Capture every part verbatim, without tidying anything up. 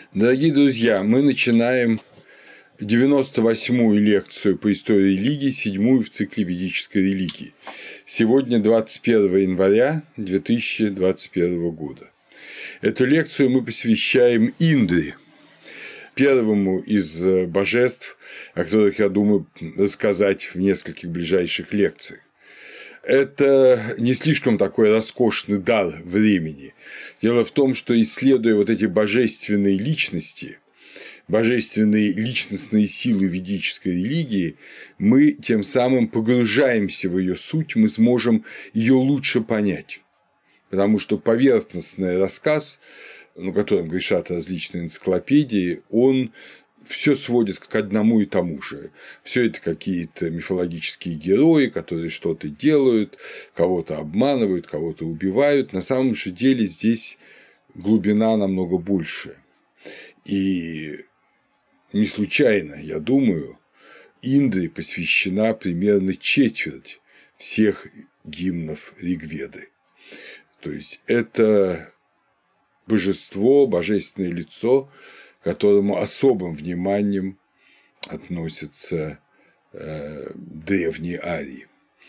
Дорогие друзья, мы начинаем девяносто восьмую лекцию по истории религии, седьмую в цикле ведической религии. Сегодня двадцать первого января две тысячи двадцать первого года. Эту лекцию мы посвящаем Индре, первому из божеств, о которых я думаю рассказать в нескольких ближайших лекциях. Это не слишком такой роскошный дар времени. Дело в том, что, исследуя вот эти божественные личности, божественные личностные силы ведической религии, мы тем самым погружаемся в ее суть, мы сможем ее лучше понять. Потому что поверхностный рассказ, ну, которым грешат различные энциклопедии, он все сводит к одному и тому же. Все это какие-то мифологические герои, которые что-то делают, кого-то обманывают, кого-то убивают. На самом же деле здесь глубина намного больше. И не случайно, я думаю, Индре посвящена примерно четверть всех гимнов Ригведы. То есть это божество, божественное лицо, к которому особым вниманием относятся э, древние арии.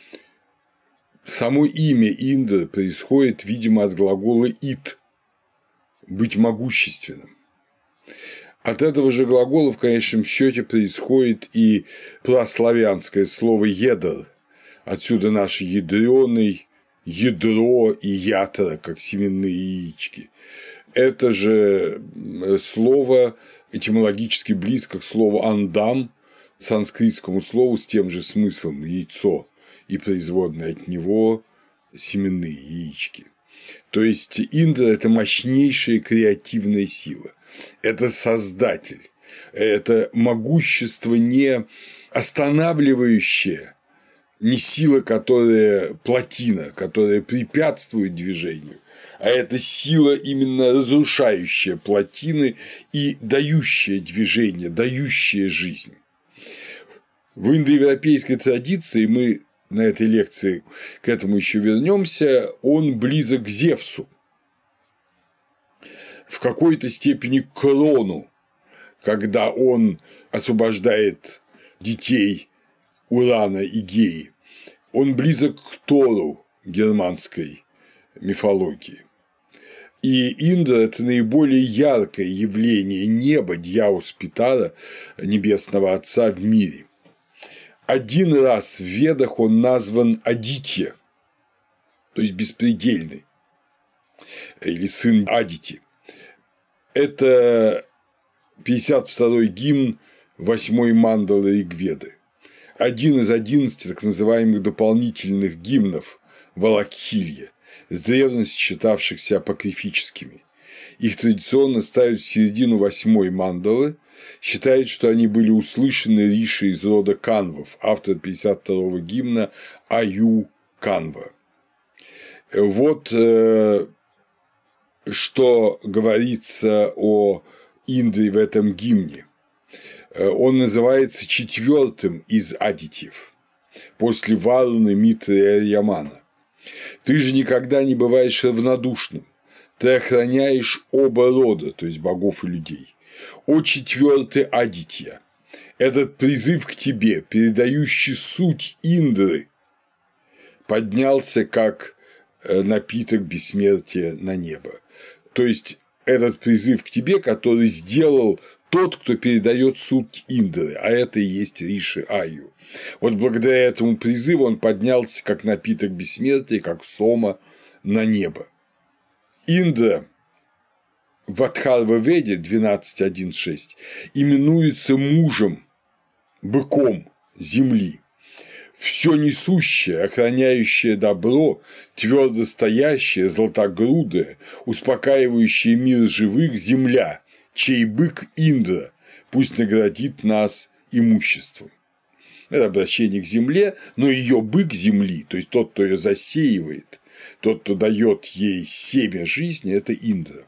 Само имя Индра происходит, видимо, от глагола «ит» – «быть могущественным». От этого же глагола в конечном счете происходит и праславянское слово «едр», отсюда наш ядреный, ядро и ятра, как семенные яички. Это же слово этимологически близко к слову «андам», санскритскому слову с тем же смыслом «яйцо», и производные от него семенные яички. То есть Индра – это мощнейшая креативная сила, это создатель, это могущество не останавливающее, не сила, которая плотина, которая препятствует движению, а это сила именно разрушающая плотины и дающая движение, дающая жизнь. В индоевропейской традиции, мы на этой лекции к этому еще вернемся, он близок к Зевсу, в какой-то степени к Крону, когда он освобождает детей Урана и Геи. Он близок к Тору германской мифологии. И Индра – это наиболее яркое явление неба, Дьяус Питара, небесного Отца в мире. Один раз в Ведах он назван Адитья, то есть беспредельный, или сын Адити. Это пятьдесят второй гимн восьмой мандалы Ригведы. Один из одиннадцати так называемых дополнительных гимнов Валакхилья, с древности считавшихся апокрифическими. Их традиционно ставят в середину восьмой мандалы, считают, что они были услышаны Риши из рода Канвов, автор пятьдесят второго гимна Аю Канва. Вот что говорится о Индре в этом гимне. Он называется четвертым из адитьев, после Варуны, Митры и Арьямана. Ты же никогда не бываешь равнодушным, ты охраняешь оба рода, то есть богов и людей. О четвертый Адитья, этот призыв к тебе, передающий суть Индры, поднялся как напиток бессмертия на небо. То есть этот призыв к тебе, который сделал тот, кто передает суть Индры, а это и есть Риши Аю. Вот благодаря этому призыву он поднялся как напиток бессмертия, как сома на небо. Индра в Адхарва-веде двенадцать один шесть именуется мужем, быком земли. Все несущее, охраняющее добро, твердо стоящее, златогрудое, успокаивающее мир живых земля, чей бык Индра, пусть наградит нас имуществом. Это обращение к земле, но ее бык земли, то есть тот, кто ее засеивает, тот, кто дает ей семя жизни, это Индра.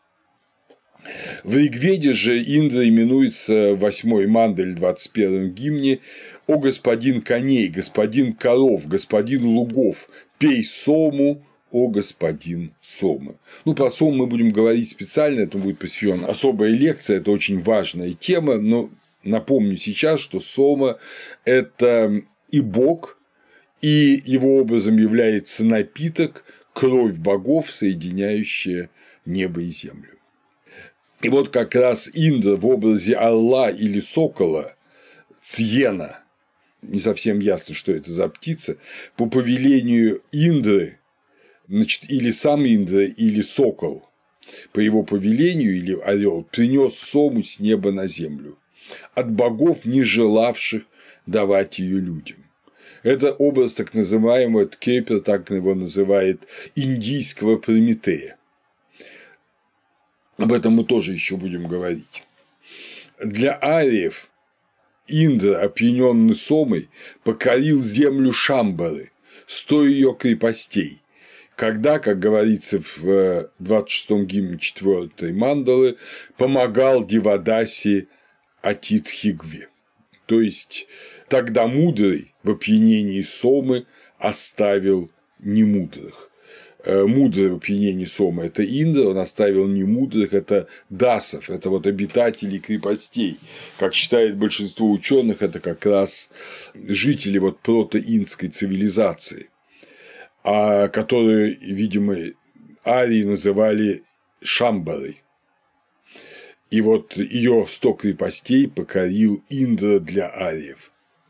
В Ригведе же Индра именуется в восьмой мандале двадцать первом гимне «О господин коней, господин коров, господин лугов, пей сому, о господин Сома». Ну, про Сому мы будем говорить специально, этому будет посвящена особая лекция, это очень важная тема, но напомню сейчас, что Сома – это и бог, и его образом является напиток, кровь богов, соединяющая небо и землю. И вот как раз Индра в образе орла или сокола, Цьена, не совсем ясно, что это за птица, по повелению Индры, значит, или сам Индра, или сокол, по его повелению, или орел, принес Сому с неба на землю от богов, не желавших давать ее людям. Это образ так называемого, Кепер так его называет, индийского Прометея. Об этом мы тоже еще будем говорить. Для ариев Индра, опьяненный Сомой, покорил землю Шамбары, сто ее крепостей, когда, как говорится в двадцать шестом гимне четвёртой мандалы, помогал Девадаси Атидхигве. То есть тогда мудрый в опьянении Сомы оставил немудрых. Мудрый в опьянении Сомы – это Индра, он оставил немудрых – это дасов, это вот обитатели крепостей. Как считает большинство ученых, это как раз жители вот протоинской цивилизации, а которые, видимо, арии называли Шамбарой. И вот ее сто крепостей покорил Индра для ариев.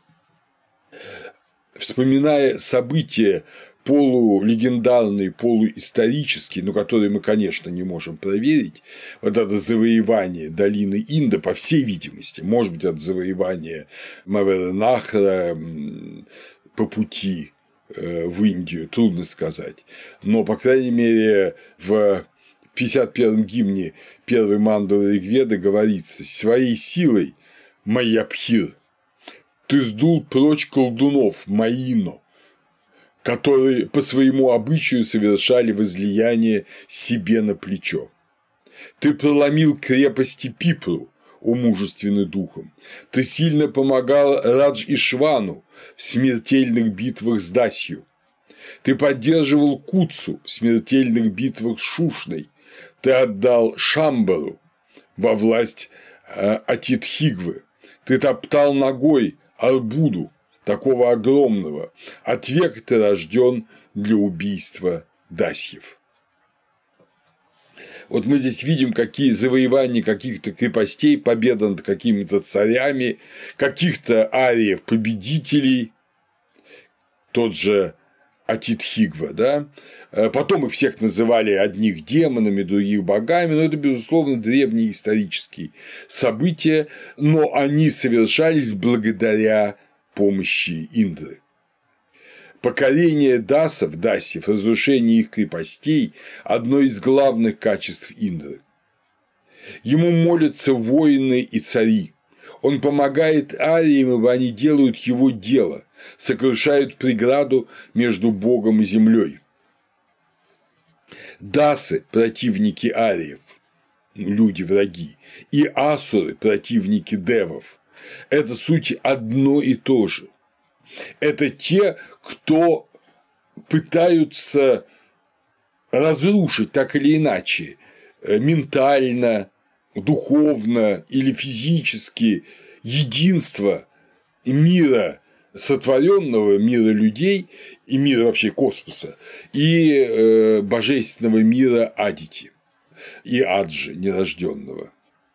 Вспоминая события полулегендарные, полуисторические, но которые мы, конечно, не можем проверить, вот это завоевание долины Инда, по всей видимости, может быть, это завоевание Маверенахра по пути в Индию, трудно сказать, но, по крайней мере, в пятьдесят первом гимне первой мандалы Ригведы говорится: «Своей силой, Майябхир, ты сдул прочь колдунов Маино, которые по своему обычаю совершали возлияние себе на плечо. Ты проломил крепости Пипру, о мужественный духом, ты сильно помогал Радж-Ишвану в смертельных битвах с Дасью, ты поддерживал Кутсу в смертельных битвах с Шушной, ты отдал Шамбару во власть Атидхигвы, ты топтал ногой Арбуду, такого огромного, от века ты рожден для убийства Дасьев». Вот мы здесь видим, какие завоевания каких-то крепостей, победа над какими-то царями, каких-то ариев-победителей, тот же Атидхигва, да, потом их всех называли одних демонами, других богами, но это, безусловно, древние исторические события, но они совершались благодаря помощи Индры. Покорение дасов, дасьев, разрушение их крепостей – одно из главных качеств Индры. Ему молятся воины и цари. Он помогает ариям, ибо они делают его дело, сокрушают преграду между Богом и землей. Дасы – противники ариев, люди-враги, и асуры – противники девов. Это суть одно и то же. Это те, кто пытаются разрушить так или иначе ментально, духовно или физически единство мира сотворенного, мира людей и мира вообще космоса, и божественного мира Адити и Аджи нерожденного.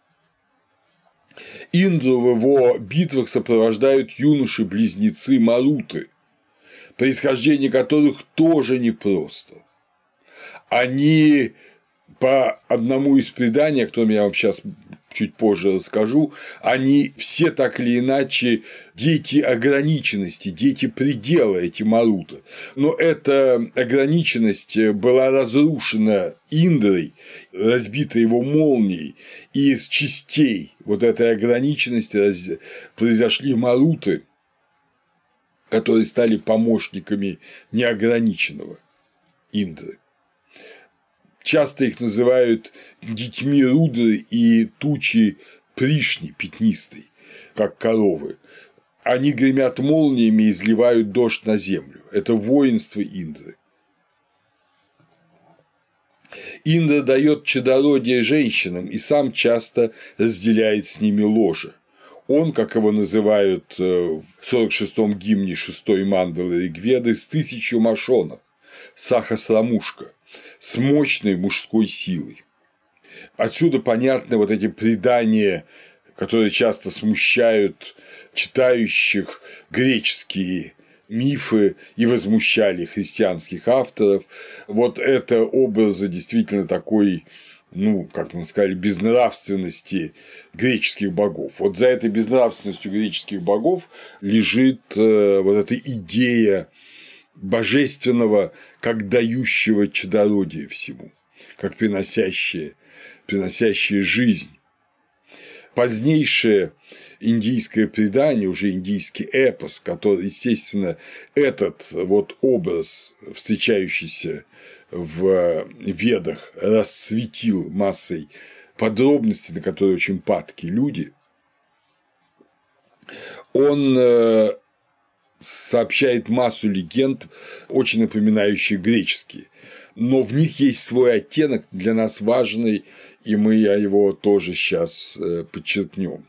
Индру в его битвах сопровождают юноши-близнецы Маруты, происхождение которых тоже непросто. Они, по одному из преданий, о котором я вам сейчас чуть позже расскажу, они все так или иначе дети ограниченности, дети предела, эти Маруты. Но эта ограниченность была разрушена Индрой, разбита его молнией, и из частей вот этой ограниченности произошли Маруты, которые стали помощниками неограниченного Индры. Часто их называют детьми Рудры и тучи Пришни пятнистой, как коровы. Они гремят молниями и изливают дождь на землю. Это воинство Индры. Индра дает чадородие женщинам и сам часто разделяет с ними ложе. Он, как его называют в сорок шестом гимне шестой мандалы Ригведы, с тысячу мошонок, сахасрамушка, с мощной мужской силой. Отсюда понятны вот эти предания, которые часто смущают читающих греческие мифы и возмущали христианских авторов. Вот это образы действительно такой, ну, как мы сказали, безнравственности греческих богов. Вот за этой безнравственностью греческих богов лежит вот эта идея божественного, как дающего чадородие всему, как приносящее, приносящее жизнь. Позднейшее индийское предание, уже индийский эпос, который, естественно, этот вот образ, встречающийся в Ведах, расцветил массой подробностей, на которые очень падки люди, он сообщает массу легенд, очень напоминающих греческие, но в них есть свой оттенок, для нас важный, и мы его тоже сейчас подчеркнем.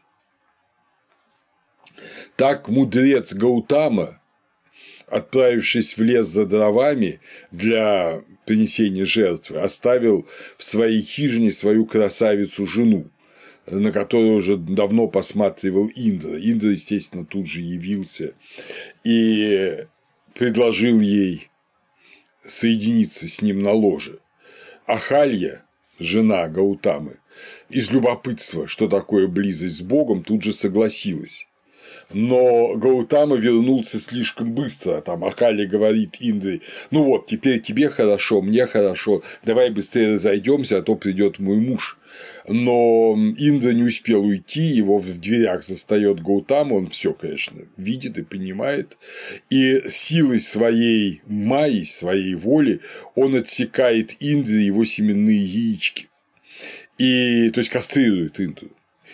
Так мудрец Гаутама, отправившись в лес за дровами для принесения жертвы, оставил в своей хижине свою красавицу-жену, на которую уже давно посматривал Индра. Индра, естественно, тут же явился и предложил ей соединиться с ним на ложе. Ахалья, жена Гаутамы, из любопытства, что такое близость с Богом, тут же согласилась. Но Гаутама вернулся слишком быстро, там Ахалья говорит Индре: ну вот, теперь тебе хорошо, мне хорошо, давай быстрее разойдемся, а то придет мой муж. Но Индра не успел уйти, его в дверях застает Гаутама, он все, конечно, видит и понимает, и силой своей майи, своей воли он отсекает Индре его семенные яички, и, то есть кастрирует Индру.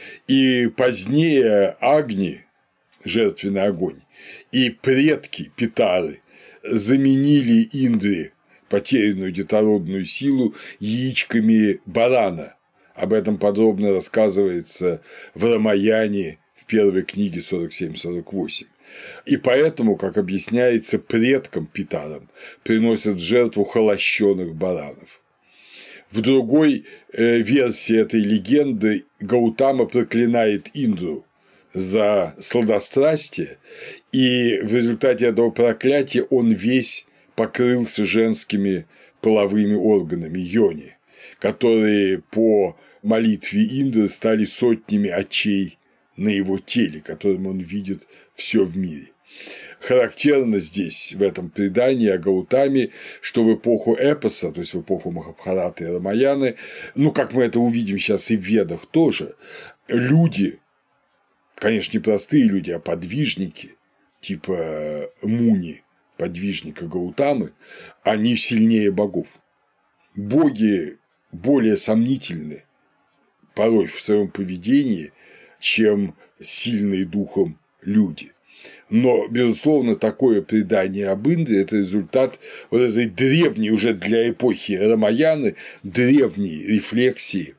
И позднее Агни, жертвенный огонь, и предки Питары заменили Индре потерянную детородную силу яичками барана. Об этом подробно рассказывается в Рамаяне в первой книге сорок семь сорок восемь. И поэтому, как объясняется, предкам Питарам приносят в жертву холощенных баранов. В другой версии этой легенды Гаутама проклинает Индру за сладострастие, и в результате этого проклятия он весь покрылся женскими половыми органами йони, которые по молитве Индры стали сотнями очей на его теле, которым он видит все в мире. Характерно здесь, в этом предании о Гаутаме, что в эпоху эпоса, то есть в эпоху Махабхараты и Рамаяны, ну, как мы это увидим сейчас и в Ведах тоже, люди, конечно, не простые люди, а подвижники, типа Муни, подвижника Гаутамы, они сильнее богов. Боги более сомнительны порой в своем поведении, чем сильные духом люди. Но, безусловно, такое предание об Индре – это результат вот этой древней, уже для эпохи Рамаяны, древней рефлексии,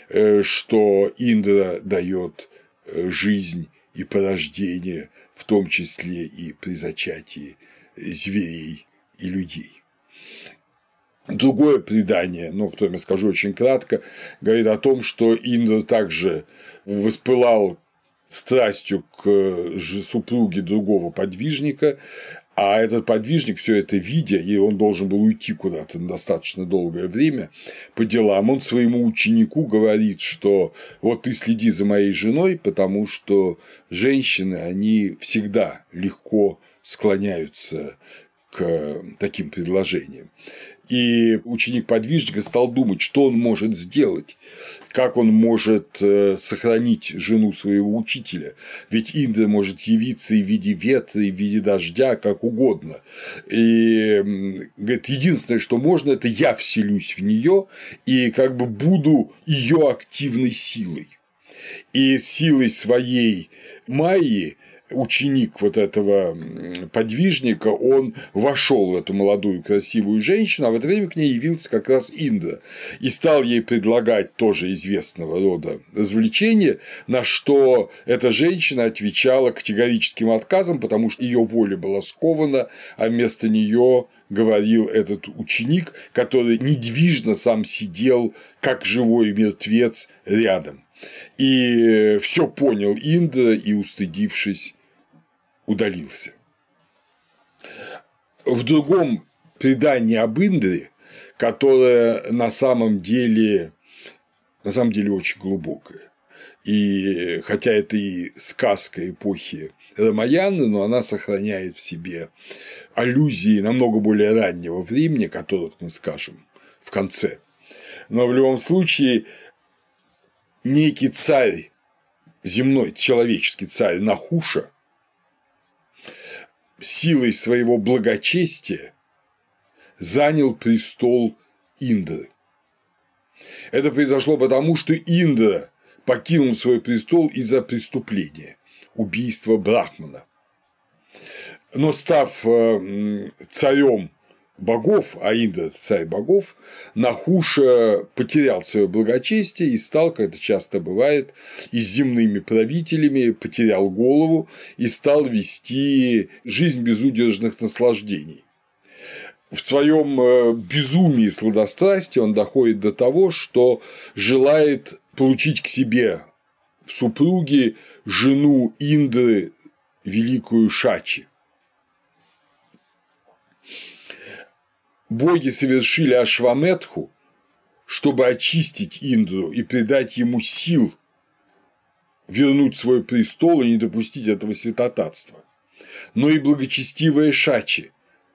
что Индра дает жизнь и порождение, в том числе и при зачатии зверей и людей. Другое предание, ну, которое я скажу очень кратко, говорит о том, что Индра также воспылал страстью к супруге другого подвижника, а этот подвижник, все это видя, и он должен был уйти куда-то на достаточно долгое время по делам, он своему ученику говорит, что вот ты следи за моей женой, потому что женщины, они всегда легко склоняются к таким предложениям. И ученик подвижника стал думать, что он может сделать, как он может сохранить жену своего учителя, ведь Индра может явиться и в виде ветра, и в виде дождя, как угодно. И говорит, единственное, что можно, это я вселюсь в нее и как бы буду ее активной силой. И силой своей майи ученик вот этого подвижника, он вошел в эту молодую красивую женщину, а в это время к ней явился как раз Индра и стал ей предлагать тоже известного рода развлечения, на что эта женщина отвечала категорическим отказом, потому что ее воля была скована, а вместо нее говорил этот ученик, который недвижно сам сидел, как живой мертвец, рядом. И все понял Индра и, устыдившись, удалился. В другом предании об Индре, которое на самом деле, на самом деле очень глубокое, и хотя это и сказка эпохи Рамаяны, но она сохраняет в себе аллюзии намного более раннего времени, о которых мы скажем в конце. Но в любом случае некий царь, земной человеческий царь Нахуша, силой своего благочестия занял престол Индры. Это произошло потому, что Индра покинул свой престол из-за преступления – убийства Брахмана. Но став царем богов, а Индра – царь богов, Нахуша потерял свое благочестие и стал, как это часто бывает, и с земными правителями потерял голову и стал вести жизнь безудержных наслаждений. В своем безумии и сладострастии он доходит до того, что желает получить к себе в супруги жену Индры, великую Шачи. Боги совершили Ашваметху, чтобы очистить Индру и придать ему сил вернуть свой престол и не допустить этого святотатства. Но и благочестивая Шачи,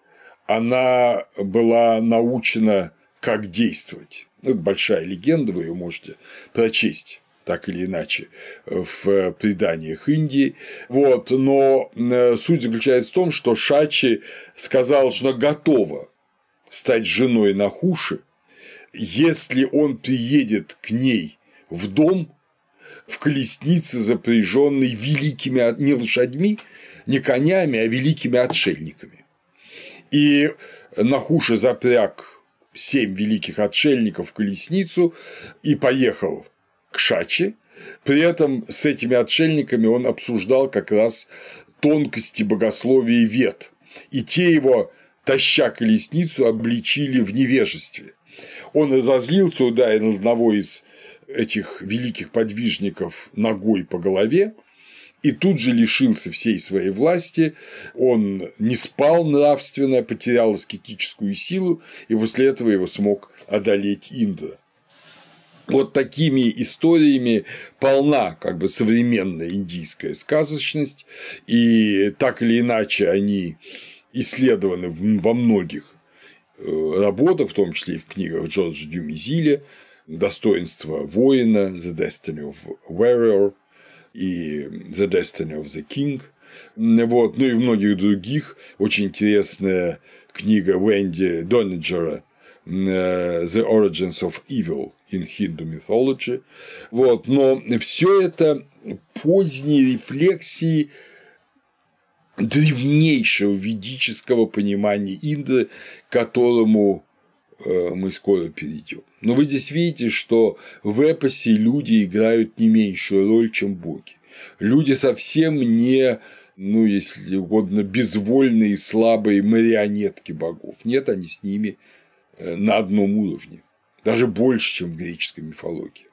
она была научена, как действовать. Это большая легенда, вы ее можете прочесть так или иначе в преданиях Индии. Вот. Но суть заключается в том, что Шачи сказала, что она готова стать женой Нахуши, если он приедет к ней в дом в колеснице, запряженной великими не лошадьми, не конями, а великими отшельниками. И Нахуша запряг семь великих отшельников в колесницу и поехал к Шачи. При этом с этими отшельниками он обсуждал как раз тонкости богословия Вед, и те его, таща колесницу, обличили в невежестве. Он разозлился, ударил одного из этих великих подвижников ногой по голове и тут же лишился всей своей власти. Он не спал нравственно, потерял аскетическую силу, и после этого его смог одолеть Индра. Вот такими историями полна как бы современная индийская сказочность, и так или иначе они исследованы во многих работах, в том числе и в книгах Джорджа Дюмизиля «Достоинство воина», «The Destiny of Warrior» и «The Destiny of the King», вот, ну и многих других. Очень интересная книга Уэнди Дониджера «The Origins of Evil in Hindu Mythology». Вот, но все это поздние рефлексии древнейшего ведического понимания Индры, к которому мы скоро перейдем. Но вы здесь видите, что в эпосе люди играют не меньшую роль, чем боги. Люди совсем не, ну, если угодно, безвольные и слабые марионетки богов. Нет, они с ними на одном уровне, даже больше, чем в греческой мифологии.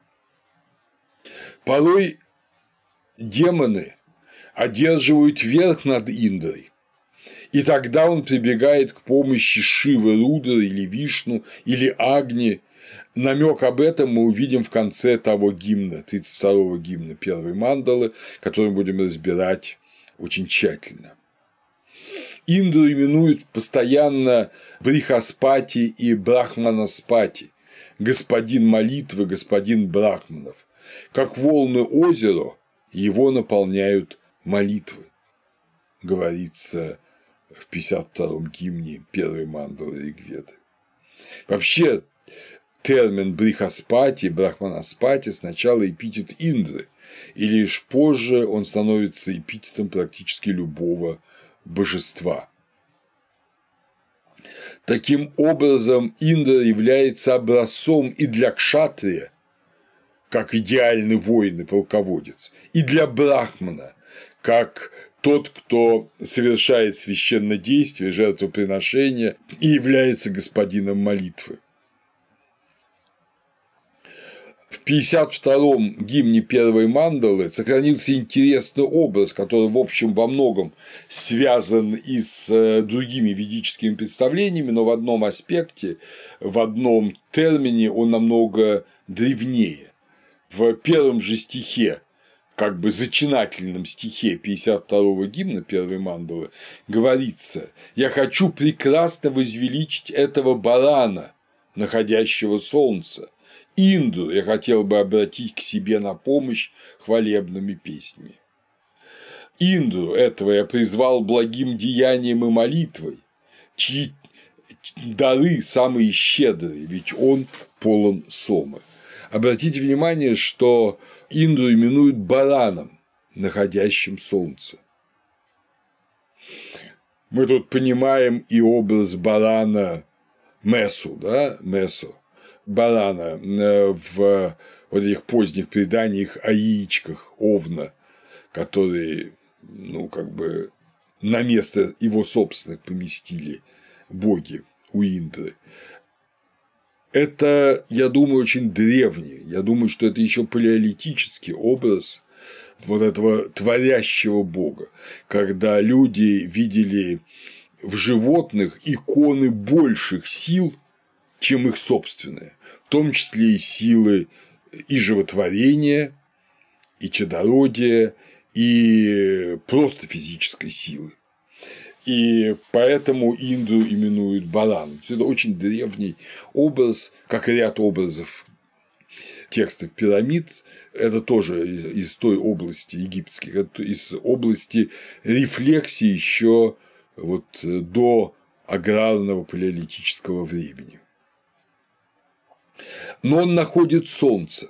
Порой демоны одерживают верх над Индрой, и тогда он прибегает к помощи Шивы, Рудра или Вишну или Агни. Намек об этом мы увидим в конце того гимна, тридцать второго гимна первой мандалы, который мы будем разбирать очень тщательно. Индру именуют постоянно Брихаспати и Брахманаспати, господин молитвы, господин брахманов. Как волны озера, его наполняют молитвы, говорится в пятьдесят втором гимне первой мандалы Ригведы. Вообще, термин брихаспати, брахманаспати сначала эпитет Индры, и лишь позже он становится эпитетом практически любого божества. Таким образом, Индра является образцом и для кшатрия, как идеальный воин и полководец, и для брахмана, как тот, кто совершает священное действие, жертвоприношение и является господином молитвы. В пятьдесят втором гимне первой мандалы сохранился интересный образ, который, в общем, во многом связан и с другими ведическими представлениями, но в одном аспекте, в одном термине он намного древнее. В первом же стихе, как бы зачинательном стихе пятьдесят второго гимна первой мандалы говорится: «Я хочу прекрасно возвеличить этого барана, находящего солнце. Индру я хотел бы обратить к себе на помощь хвалебными песнями. Индру этого я призвал благим деянием и молитвой, чьи дары самые щедрые, ведь он полон сомы». Обратите внимание, что Индру именуют бараном, находящим солнце. Мы тут понимаем и образ барана Месу, да, Месу, барана в вот этих поздних преданиях о яичках овна, которые, ну, как бы на место его собственных поместили боги у Индры. Это, я думаю, очень древний, я думаю, что это еще палеолитический образ вот этого творящего бога, когда люди видели в животных иконы больших сил, чем их собственные, в том числе и силы и животворения, и чадородия, и просто физической силы. И поэтому Индру именуют бараном. Это очень древний образ, как и ряд образов текстов пирамид. Это тоже из той области египетских, это из области рефлексии еще вот до аграрного палеолитического времени. Но он находит солнце.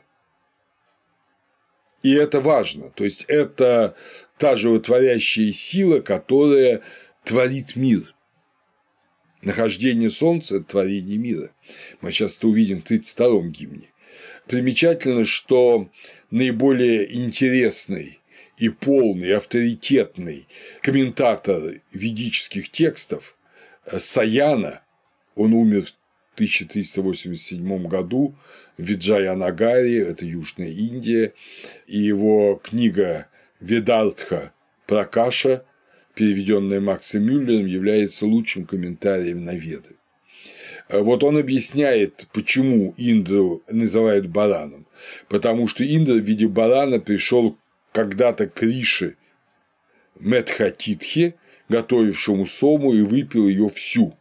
И это важно. То есть это та животворящая сила, которая творит мир. Нахождение солнца – это творение мира. Мы сейчас это увидим в тридцать втором гимне. Примечательно, что наиболее интересный и полный, авторитетный комментатор ведических текстов Саяна, он умер в тысяча триста восемьдесят седьмом году в Виджаянагаре, это Южная Индия, и его книга «Ведартха Пракаша», переведенная Максом Мюллером, является лучшим комментарием на Веды. Вот он объясняет, почему Индру называют бараном. Потому что Индра в виде барана пришел когда-то к Рише Медхатитхе, готовившему сому, и выпил ее всю.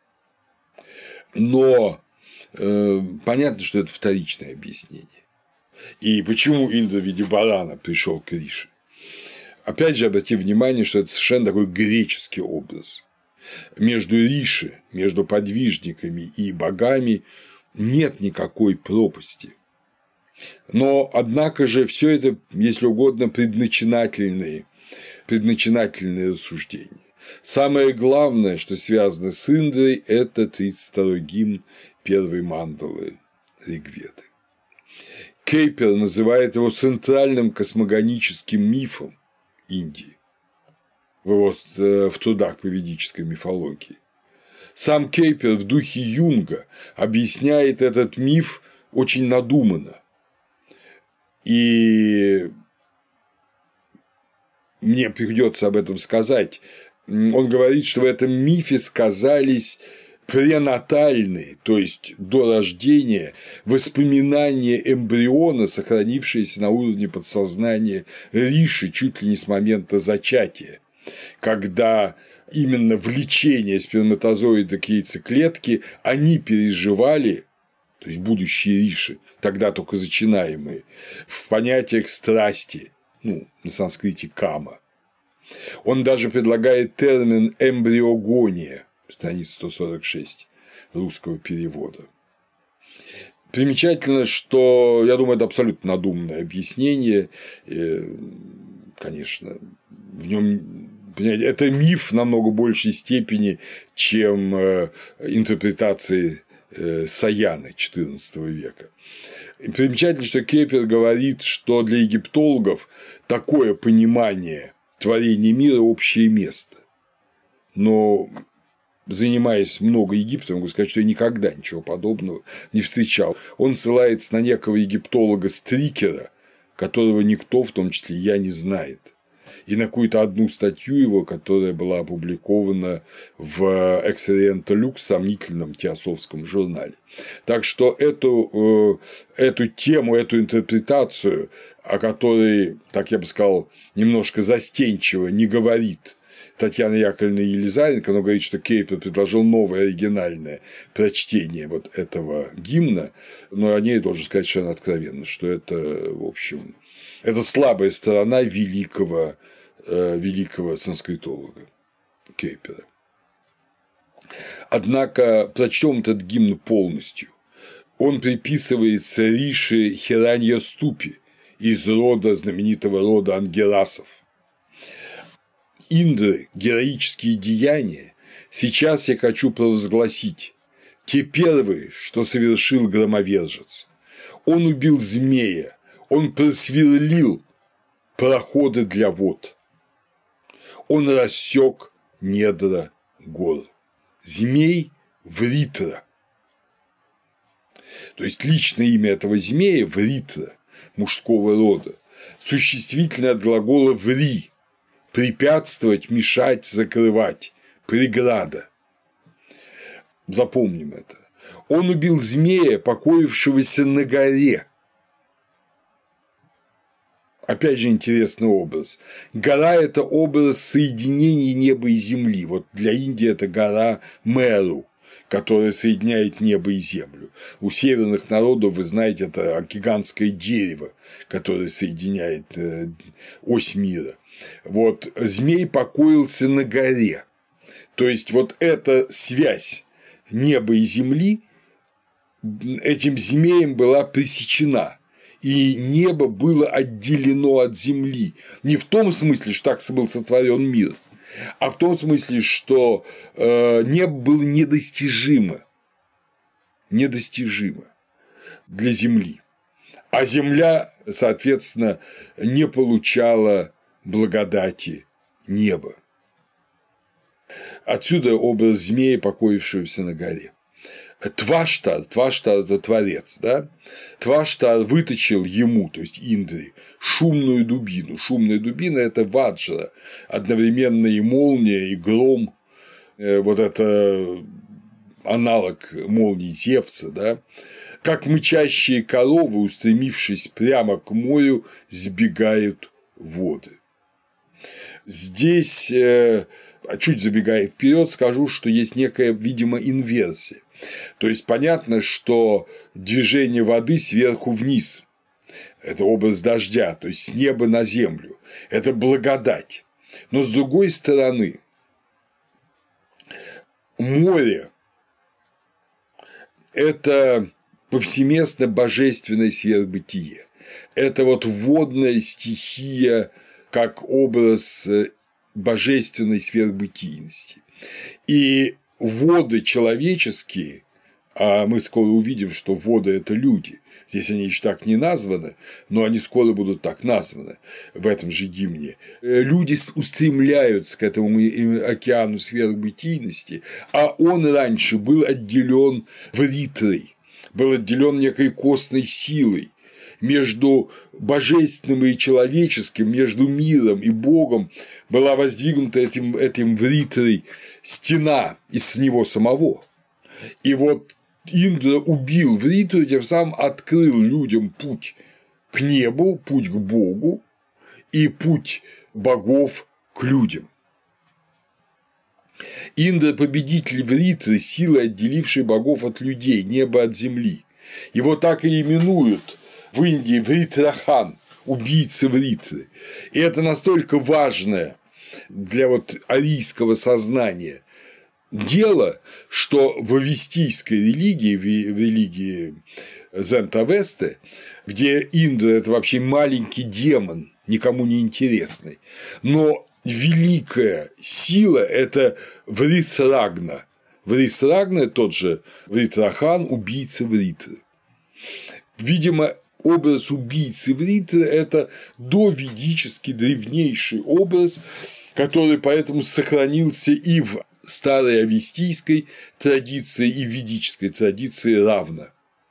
Но э, понятно, что это вторичное объяснение. И почему Индра в виде барана пришел к Рише? Опять же, обратите внимание, что это совершенно такой греческий образ. Между Риши, между подвижниками и богами нет никакой пропасти. Но, однако же, все это, если угодно, предначинательные, предначинательные рассуждения. Самое главное, что связано с Индрой, это тридцать второй гимн первой мандалы Ригведы. Кейпер называет его центральным космогоническим мифом Индии в его в трудах по ведической мифологии. Сам Кейпер в духе Юнга объясняет этот миф очень надуманно. И мне придется об этом сказать. Он говорит, что в этом мифе сказались пренатальные, то есть до рождения, воспоминания эмбриона, сохранившиеся на уровне подсознания Риши чуть ли не с момента зачатия, когда именно влечение сперматозоида к яйцеклетке они переживали, то есть будущие Риши, тогда только зачинаемые, в понятиях страсти, ну, на санскрите кама. Он даже предлагает термин эмбриогония, страница сто сорок шесть русского перевода. Примечательно, что, я думаю, это абсолютно надуманное объяснение, конечно, в нем это миф намного большей степени, чем интерпретации Саяны четырнадцатого века. И примечательно, что Кеппер говорит, что для египтологов такое понимание творения мира – общее место. Но, занимаясь много Египтом, могу сказать, что я никогда ничего подобного не встречал. Он ссылается на некого египтолога Стрикера, которого никто, в том числе я, не знает, и на какую-то одну статью его, которая была опубликована в Excellente Lux, сомнительном теософском журнале. Так что эту, эту тему, эту интерпретацию, о которой, так я бы сказал, немножко застенчиво не говорит Татьяна Яковлевна Елизаренко, но говорит, что Кеппер предложил новое оригинальное прочтение вот этого гимна, но о ней должен сказать совершенно откровенно, что это, в общем, это слабая сторона великого, великого санскритолога Кеппера. Однако прочтем этот гимн полностью. Он приписывается Риши Хираньяступи из рода, знаменитого рода Ангерасов. Индры, героические деяния, сейчас я хочу провозгласить, те первые, что совершил громовержец. Он убил змея, он просверлил проходы для вод, он рассек недра гор. Змей Вритра. То есть личное имя этого змея Вритра, мужского рода, существительное от глагола ври – препятствовать, мешать, закрывать, преграда. Запомним это. Он убил змея, покоившегося на горе. Опять же интересный образ. Гора – это образ соединения неба и земли. Вот для Индии это гора Меру, которая соединяет небо и землю. У северных народов, вы знаете, это гигантское дерево, которое соединяет ось мира. Вот змей покоился на горе. То есть вот эта связь неба и земли этим змеем была пресечена. И небо было отделено от земли. Не в том смысле, что так был сотворен мир, а в том смысле, что небо было недостижимо, недостижимо для земли. А земля, соответственно, не получала благодати неба. Отсюда образ змея, покоившегося на горе. Тваштар, Тваштар – это творец, да? Тваштар выточил ему, то есть Индре, шумную дубину. Шумная дубина – это ваджра, одновременно и молния, и гром. Вот это аналог молнии Зевса, да? Как мычащие коровы, устремившись прямо к морю, сбегают воды. Здесь, чуть забегая вперед, скажу, что есть некая, видимо, инверсия. То есть понятно, что движение воды сверху вниз – это образ дождя, то есть с неба на землю, это благодать. Но с другой стороны, море – это повсеместно божественное сверхбытие, это вот водная стихия как образ божественной сверхбытийности. И воды человеческие, а мы скоро увидим, что воды – это люди, здесь они еще так не названы, но они скоро будут так названы в этом же гимне. Люди устремляются к этому океану сверхбытийности, а он раньше был отделен вритрой, был отделен некой костной силой. Между божественным и человеческим, между миром и Богом была воздвигнута этим, этим вритрой стена из него самого. И вот Индра убил вритру, тем самым открыл людям путь к небу, путь к Богу и путь богов к людям. Индра – победитель вритры, силы, отделившей богов от людей, небо от земли. Его так и именуют в Индии Вритрахан, убийца Вритры. И это настолько важное для вот арийского сознания дело, что в авестийской религии, в религии Зентавесте, где Индра – это вообще маленький демон, никому не интересный, но великая сила – это Врицрагна. Врицрагна – тот же Вритрахан, убийца Вритры. Видимо, образ убийцы Вритры – это доведический древнейший образ, который поэтому сохранился и в старой авестийской традиции, и в ведической традиции равно.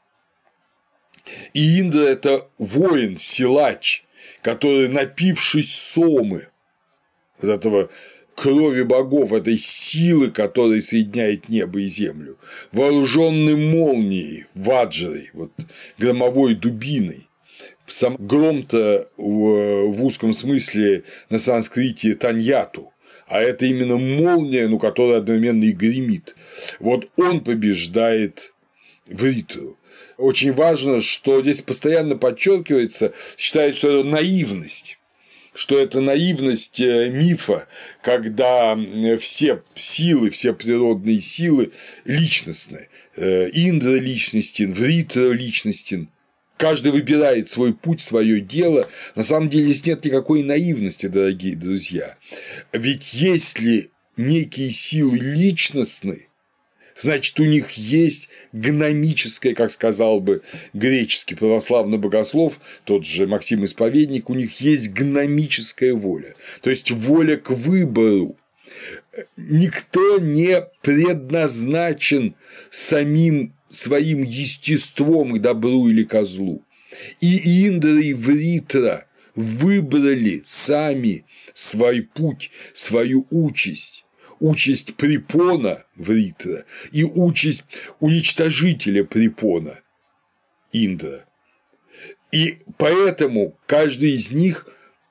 И Индра – это воин, силач, который, напившись сомы, вот этого крови богов, этой силы, которая соединяет небо и землю, вооруженный молнией, ваджрой, вот, громовой дубиной. Сам гром-то в, в узком смысле на санскрите таньяту, а это именно молния, ну, которая одновременно и гремит. Вот он побеждает Вритру. Очень важно, что здесь постоянно подчеркивается, считают, что это наивность, что это наивность мифа, когда все силы, все природные силы личностны. Индра личностен, Вритра личностен. Каждый выбирает свой путь, свое дело. На самом деле здесь нет никакой наивности, дорогие друзья. Ведь если некие силы личностны, значит, у них есть гномическое, как сказал бы греческий православный богослов, тот же Максим Исповедник, у них есть гномическая воля, то есть воля к выбору. Никто не предназначен самим своим естеством к добру или ко злу. И Индра, и Вритра выбрали сами свой путь, свою участь. Участь препона Вритра и участь уничтожителя препона Индра. И поэтому каждый из них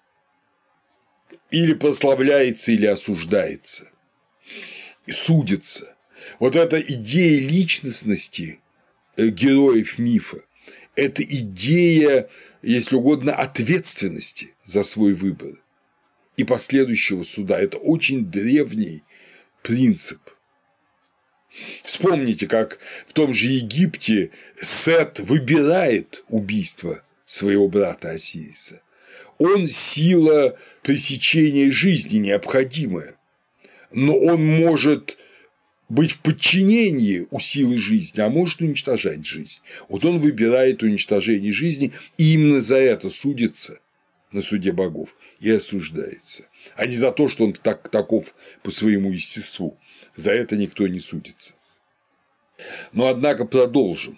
или прославляется, или осуждается, судится. Вот эта идея личностности героев мифа – это идея, если угодно, ответственности за свой выбор и последующего суда. Это очень древний принцип. Вспомните, как в том же Египте Сет выбирает убийство своего брата Осириса. Он сила пресечения жизни необходимая, но он может быть в подчинении у силы жизни, а может уничтожать жизнь. Вот он выбирает уничтожение жизни, и именно за это судится на суде богов и осуждается, а не за то, что он так, таков по своему естеству. За это никто не судится. Но, однако, продолжим.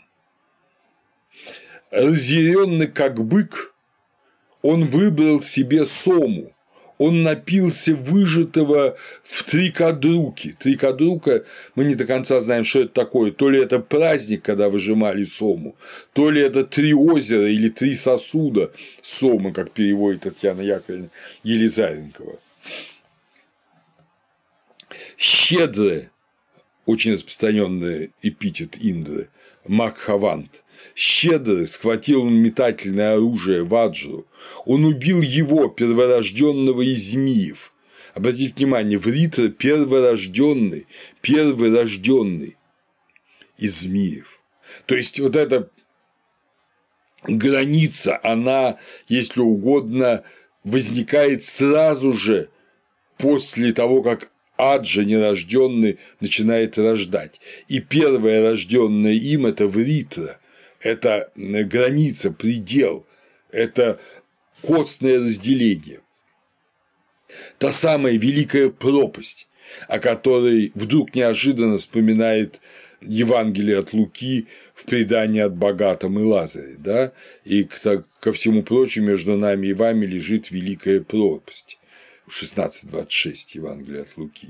Разъяренный как бык, он выбрал себе сому, он напился выжатого в трикадруке. Трикадрука мы не до конца знаем, что это такое. То ли это праздник, когда выжимали сому, то ли это три озера или три сосуда сомы, как переводит Татьяна Яковлевна Елизаренкова. Щедрый, очень распространенный эпитет Индры, Макхавант. Щедрый схватил он метательное оружие ваджру, он убил его, перворожденного из змеев. Обратите внимание, Вритра перворожденный, первый рожденный из змеев. То есть вот эта граница, она, если угодно, возникает сразу же после того, как Аджа нерожденный начинает рождать. И первое рожденное им – это Вритра. Это граница, предел, это костное разделение. Та самая великая пропасть, о которой вдруг неожиданно вспоминает Евангелие от Луки в предании от богатом и Лазаре, да? И ко всему прочему между нами и вами лежит великая пропасть. шестнадцать двадцать шесть Евангелие от Луки.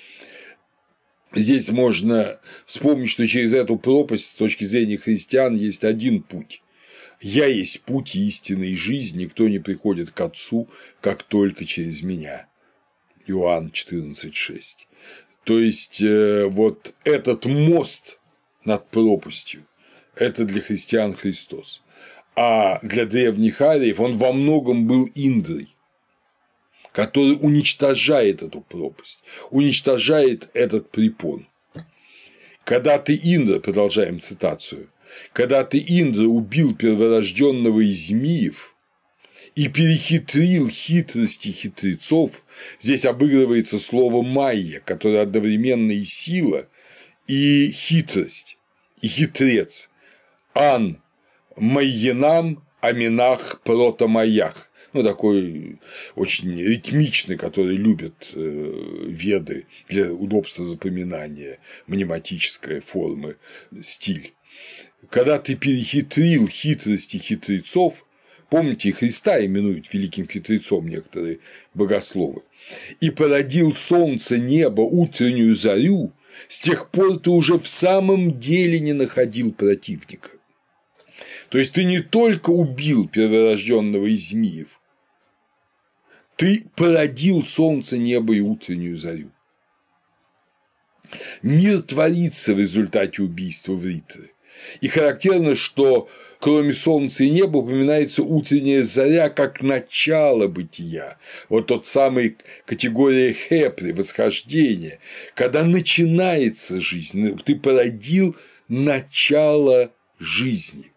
Здесь можно вспомнить, что через эту пропасть с точки зрения христиан есть один путь. «Я есть путь истины и жизни, никто не приходит к Отцу, как только через меня». Иоанн четырнадцать шесть. То есть, вот этот мост над пропастью – это для христиан Христос. А для древних ариев он во многом был Индрой, который уничтожает эту пропасть, уничтожает этот препон. Когда ты, Индра, продолжаем цитацию, когда ты, Индра, убил перворожденного из змеев и перехитрил хитрости хитрецов, здесь обыгрывается слово «майя», которое одновременно и сила, и хитрость, и хитрец. Ан майянам аминах протомаях. Ну, такой очень ритмичный, который любят веды для удобства запоминания, мнематической формы, стиль. Когда ты перехитрил хитрости хитрецов, помните, Христа именуют великим хитрецом некоторые богословы, и породил солнце, небо, утреннюю зарю, с тех пор ты уже в самом деле не находил противника. То есть ты не только убил перворожденного из змеев, ты породил солнце, небо и утреннюю зарю. Мир творится в результате убийства Вритры. И характерно, что кроме солнца и неба упоминается утренняя заря как начало бытия. Вот тот самый категория хепри, восхождение, когда начинается жизнь, ты породил начало жизни.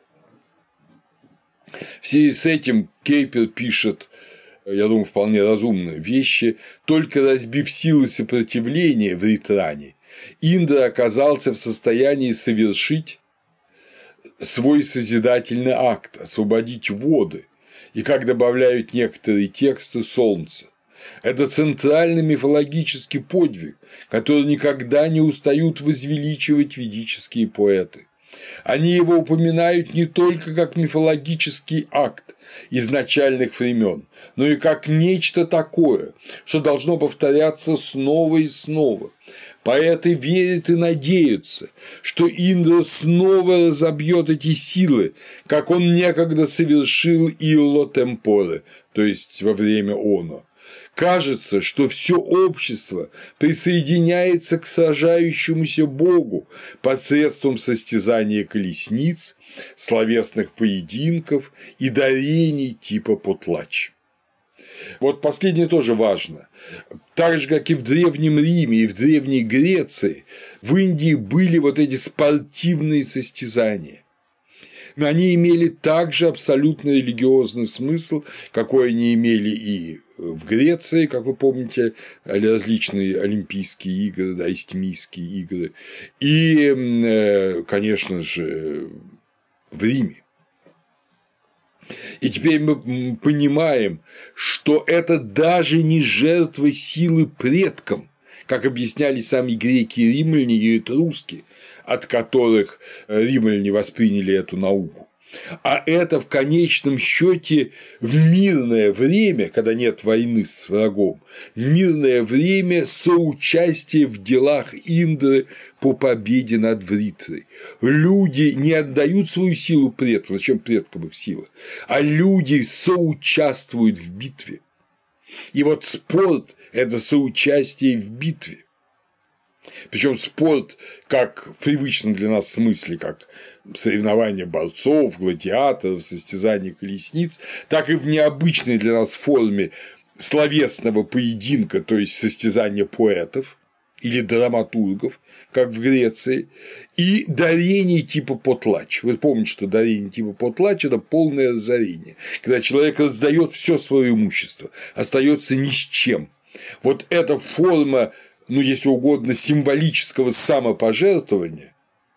В связи с этим Кейпер пишет, я думаю, вполне разумные вещи. Только разбив силы сопротивления в Вритране, Индра оказался в состоянии совершить свой созидательный акт, освободить воды, и, как добавляют некоторые тексты, солнце. Это центральный мифологический подвиг, который никогда не устают возвеличивать ведические поэты. Они его упоминают не только как мифологический акт изначальных времен, но и как нечто такое, что должно повторяться снова и снова. Поэты верят и надеются, что Индра снова разобьет эти силы, как он некогда совершил Илло Темпоре, то есть во время Оно. Кажется, что все общество присоединяется к сражающемуся богу посредством состязания колесниц, словесных поединков и дарений типа потлач. Вот последнее тоже важно. Так же, как и в Древнем Риме и в Древней Греции, в Индии были вот эти спортивные состязания. Но они имели также абсолютно религиозный смысл, какой они имели и в Греции, как вы помните, различные Олимпийские игры, да, Истмийские игры, и, конечно же, в Риме. И теперь мы понимаем, что это даже не жертва силы предкам, как объясняли сами греки и римляне и этруски, от которых римляне восприняли эту науку, а это в конечном счете в мирное время, когда нет войны с врагом, в мирное время соучастие в делах Индры по победе над Вритрой. Люди не отдают свою силу предкам, зачем предкам их сила, а люди соучаствуют в битве. И вот спорт – это соучастие в битве. Причем спорт как в привычном для нас смысле, как соревнования борцов, гладиаторов, состязания колесниц, так и в необычной для нас форме словесного поединка, то есть состязания поэтов или драматургов, как в Греции, и дарение типа потлач. Вы помните, что дарение типа потлач – это полное разорение, когда человек раздает все свое имущество, остается ни с чем. Вот эта форма, ну, если угодно, символического самопожертвования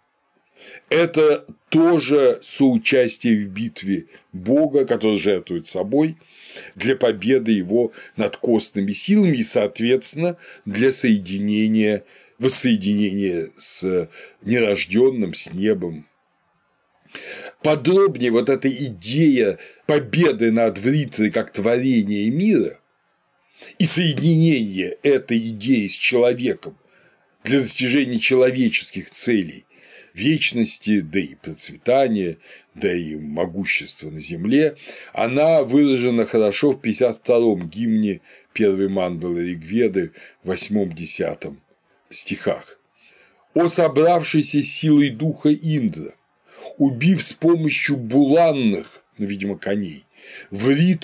– это тоже соучастие в битве Бога, который жертвует собой для победы его над костными силами и, соответственно, для соединения, воссоединения с нерожденным, с небом. Подробнее вот эта идея победы над Вритрой как творения мира и соединение этой идеи с человеком для достижения человеческих целей, вечности, да и процветания, да и могущества на земле, она выражена хорошо в пятьдесят втором гимне первой мандалы Ригведы в восьмом-десятом стихах. «О собравшейся силой духа Индра, убив с помощью буланных, ну, видимо, коней, Вритру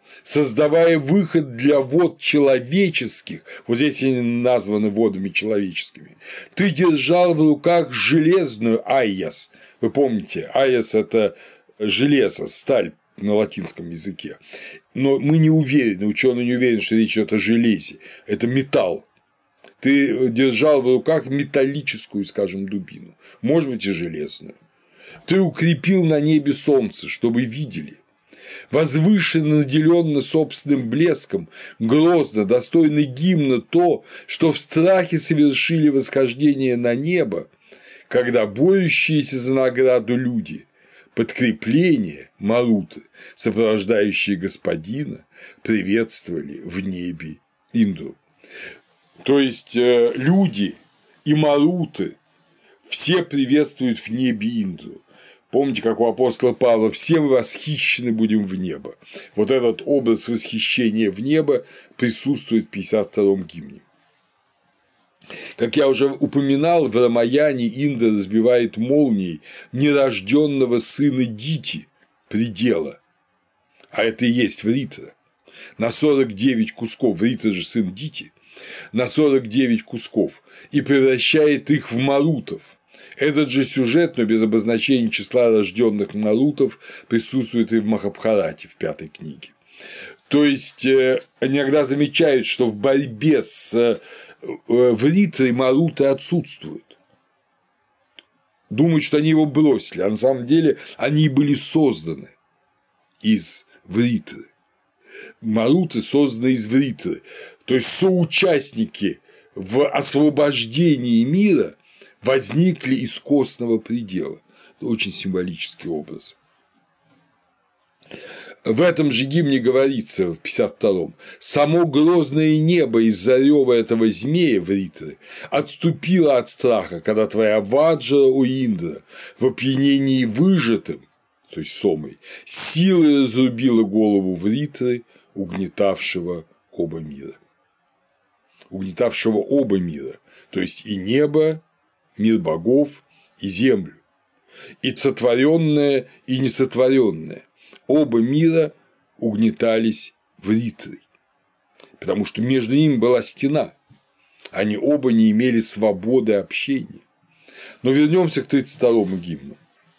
создавая выход для вод человеческих, вот здесь они названы водами человеческими, ты держал в руках железную айяс. Вы помните, айяс – это железо, сталь на латинском языке. Но мы не уверены, ученые не уверены, что речь идет о железе. Это металл. Ты держал в руках металлическую, скажем, дубину, может быть, и железную. Ты укрепил на небе солнце, чтобы видели. Возвышенно, наделённо собственным блеском, грозно, достойно гимна то, что в страхе совершили восхождение на небо, когда борющиеся за награду люди, подкрепление, маруты, сопровождающие господина, приветствовали в небе Индру. То есть люди и маруты все приветствуют в небе Индру. Помните, как у апостола Павла: «Все мы восхищены будем в небо». Вот этот образ восхищения в небо присутствует в пятьдесят втором гимне. Как я уже упоминал, в Рамаяне Индра разбивает молнией нерожденного сына Дити, предела, а это и есть Вритра, на сорок девять кусков, Вритра же сын Дити, на сорок девять кусков, и превращает их в марутов. Этот же сюжет, но без обозначения числа рожденных марутов, присутствует и в Махабхарате в пятой книге. То есть иногда замечают, что в борьбе с Вритрой маруты отсутствуют. Думают, что они его бросили, а на самом деле они были созданы из Вритры. Маруты созданы из Вритры, то есть соучастники в освобождении мира возникли из костного предела. Это очень символический образ. В этом же гимне говорится, в пятьдесят втором: «Само грозное небо из-за рёва этого змея Вритры отступило от страха, когда твоя ваджра, о Индра, в опьянении выжатым, то есть сомой, силой разрубила голову Вритры, угнетавшего оба мира». Угнетавшего оба мира, то есть и небо, мир богов, и землю, и сотворенное, и несотворенное. Оба мира угнетались Вритрой, потому что между ними была стена, они оба не имели свободы общения. Но вернемся к тридцать второму гимну.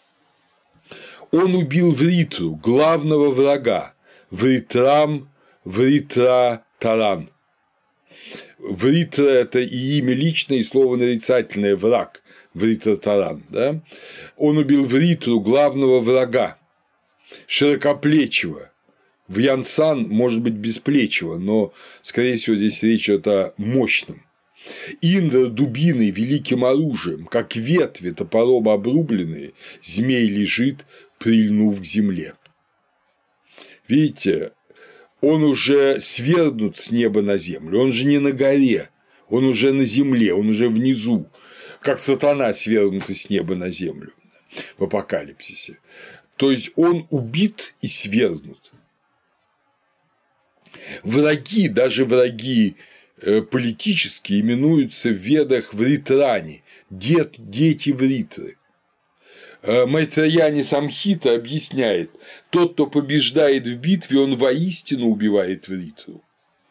Он убил Вритру, главного врага, Вритрам, Вритра-таран. Вритра – это и имя личное, и слово нарицательное – враг, Вритра-таран. Да? Он убил Вритру, главного врага, широкоплечего. В Янсан может быть бесплечего, но, скорее всего, здесь речь идет о мощном. Индра дубиной, великим оружием, как ветви топором обрубленные, змей лежит, прильнув к земле. Видите, он уже свергнут с неба на землю, он же не на горе, он уже на земле, он уже внизу, как сатана свергнутый с неба на землю в Апокалипсисе. То есть он убит и свергнут. Враги, даже враги политические, именуются в Ведах Вритрани, дед, дети Вритры. Майтреяни Самхита объясняет: тот, кто побеждает в битве, он воистину убивает Вритру.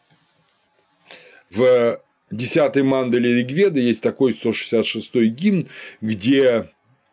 В десятой мандале Ригведы есть такой сто шестьдесят шестой гимн, где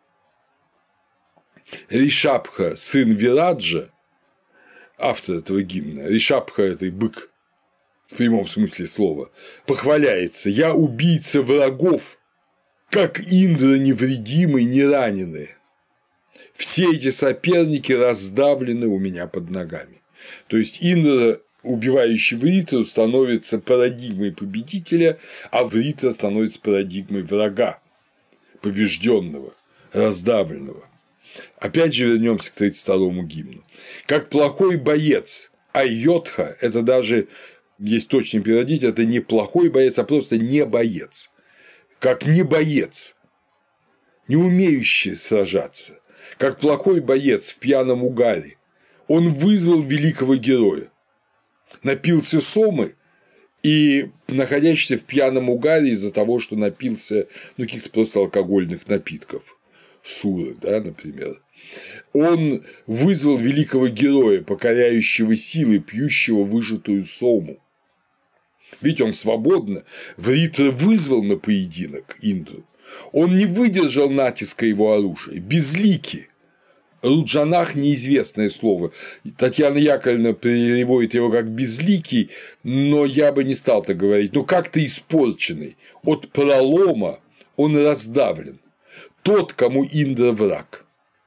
Ришабха, сын Вираджа, автор этого гимна, Ришабха – это бык в прямом смысле слова, похваляется: «Я убийца врагов, как Индра невредимый, не раненый. Все эти соперники раздавлены у меня под ногами». То есть Индра, убивающий Вритру, становится парадигмой победителя, а Вритра становится парадигмой врага, побежденного, раздавленного. Опять же вернемся к тридцать второму гимну. Как плохой боец, Айотха – это даже, есть точный переводить, это не плохой боец, а просто не боец. Как не боец, не умеющий сражаться, как плохой боец в пьяном угаре, он вызвал великого героя, напился сомы и, находящийся в пьяном угаре из-за того, что напился, ну, каких-то просто алкогольных напитков, суры, да, например, Он вызвал великого героя, покоряющего силы, пьющего выжатую сому. Ведь он свободно, Вритра вызвал на поединок Индру. Он не выдержал натиска его оружия, безликий. Руджанах – неизвестное слово. Татьяна Яковлевна переводит его как «безликий», но я бы не стал так говорить. Но как-то испорченный. От пролома он раздавлен. Тот, кому Индра враг.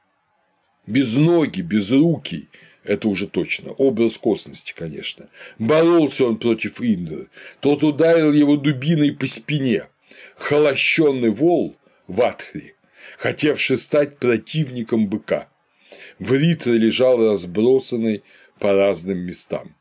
Безногий, безрукий – это уже точно. Образ косности, конечно. Боролся он против Индры. Тот ударил его дубиной по спине. Холощенный вол Ватхри, хотевший стать противником быка. Вритра лежал разбросанный по разным местам.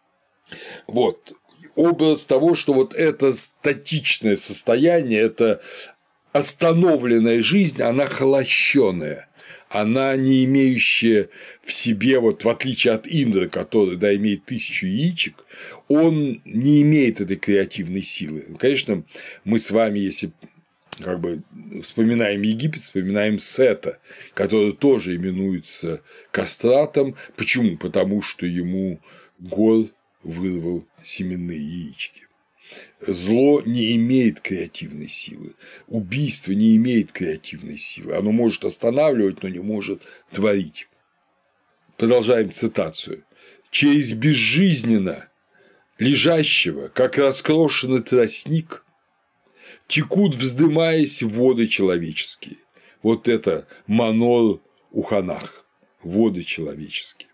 Вот образ того, что вот это статичное состояние, это остановленная жизнь, она холощенная, она не имеющая в себе, вот в отличие от Индры, который, да, имеет тысячу яичек, он не имеет этой креативной силы. Конечно, мы с вами, если как бы вспоминаем Египет, вспоминаем Сета, который тоже именуется кастратом. Почему? Потому что ему Гор вырвал семенные яички. Зло не имеет креативной силы, убийство не имеет креативной силы, оно может останавливать, но не может творить. Продолжаем цитацию. «Через безжизненно лежащего, как раскрошенный тростник, текут, вздымаясь, воды человеческие». Вот это Манор Уханах, воды человеческие.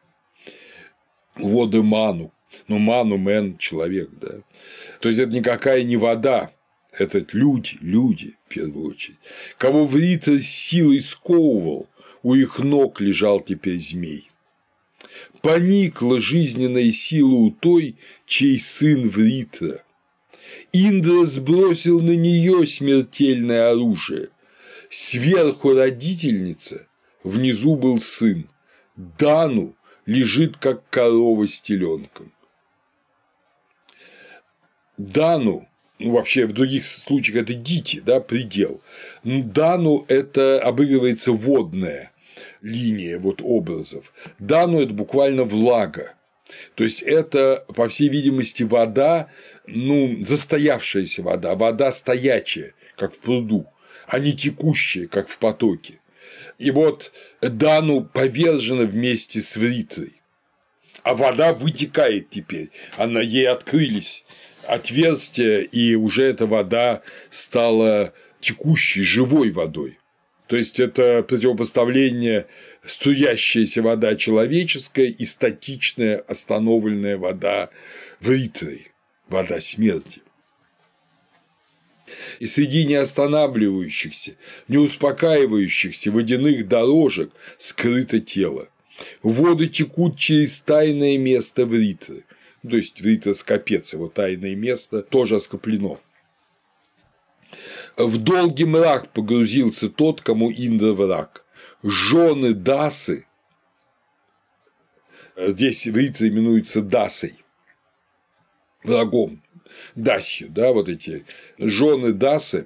Воды Ману. Ну, Ману, Мен, человек, да. То есть это никакая не вода, это люди, люди, в первую очередь. Кого Вритра силой сковывал, у их ног лежал теперь змей. Поникла жизненная сила у той, чей сын Вритра. Индра сбросил на нее смертельное оружие. Сверху родительница, внизу был сын. Дану лежит, как корова с теленком. Дану, ну, вообще в других случаях это дити, да, предел. Дану – это обыгрывается водная линия вот образов. Дану – это буквально влага. То есть это, по всей видимости, вода, ну, застоявшаяся вода, вода стоячая, как в пруду, а не текущая, как в потоке. И вот Дану повержена вместе с Вритрой, а вода вытекает теперь, она, ей открылись отверстия, и уже эта вода стала текущей, живой водой. То есть это противопоставление струящаяся вода человеческая и статичная остановленная вода Вритрой, вода смерти. И среди неостанавливающихся, неуспокаивающихся водяных дорожек скрыто тело. Воды текут через тайное место Вритры. То есть Вритра скопец, его тайное место тоже оскоплено. В долгий мрак погрузился тот, кому Индра враг. Жены Дасы, здесь Вритра именуется Дасой, врагом, Дасью, да, вот эти жены Дасы,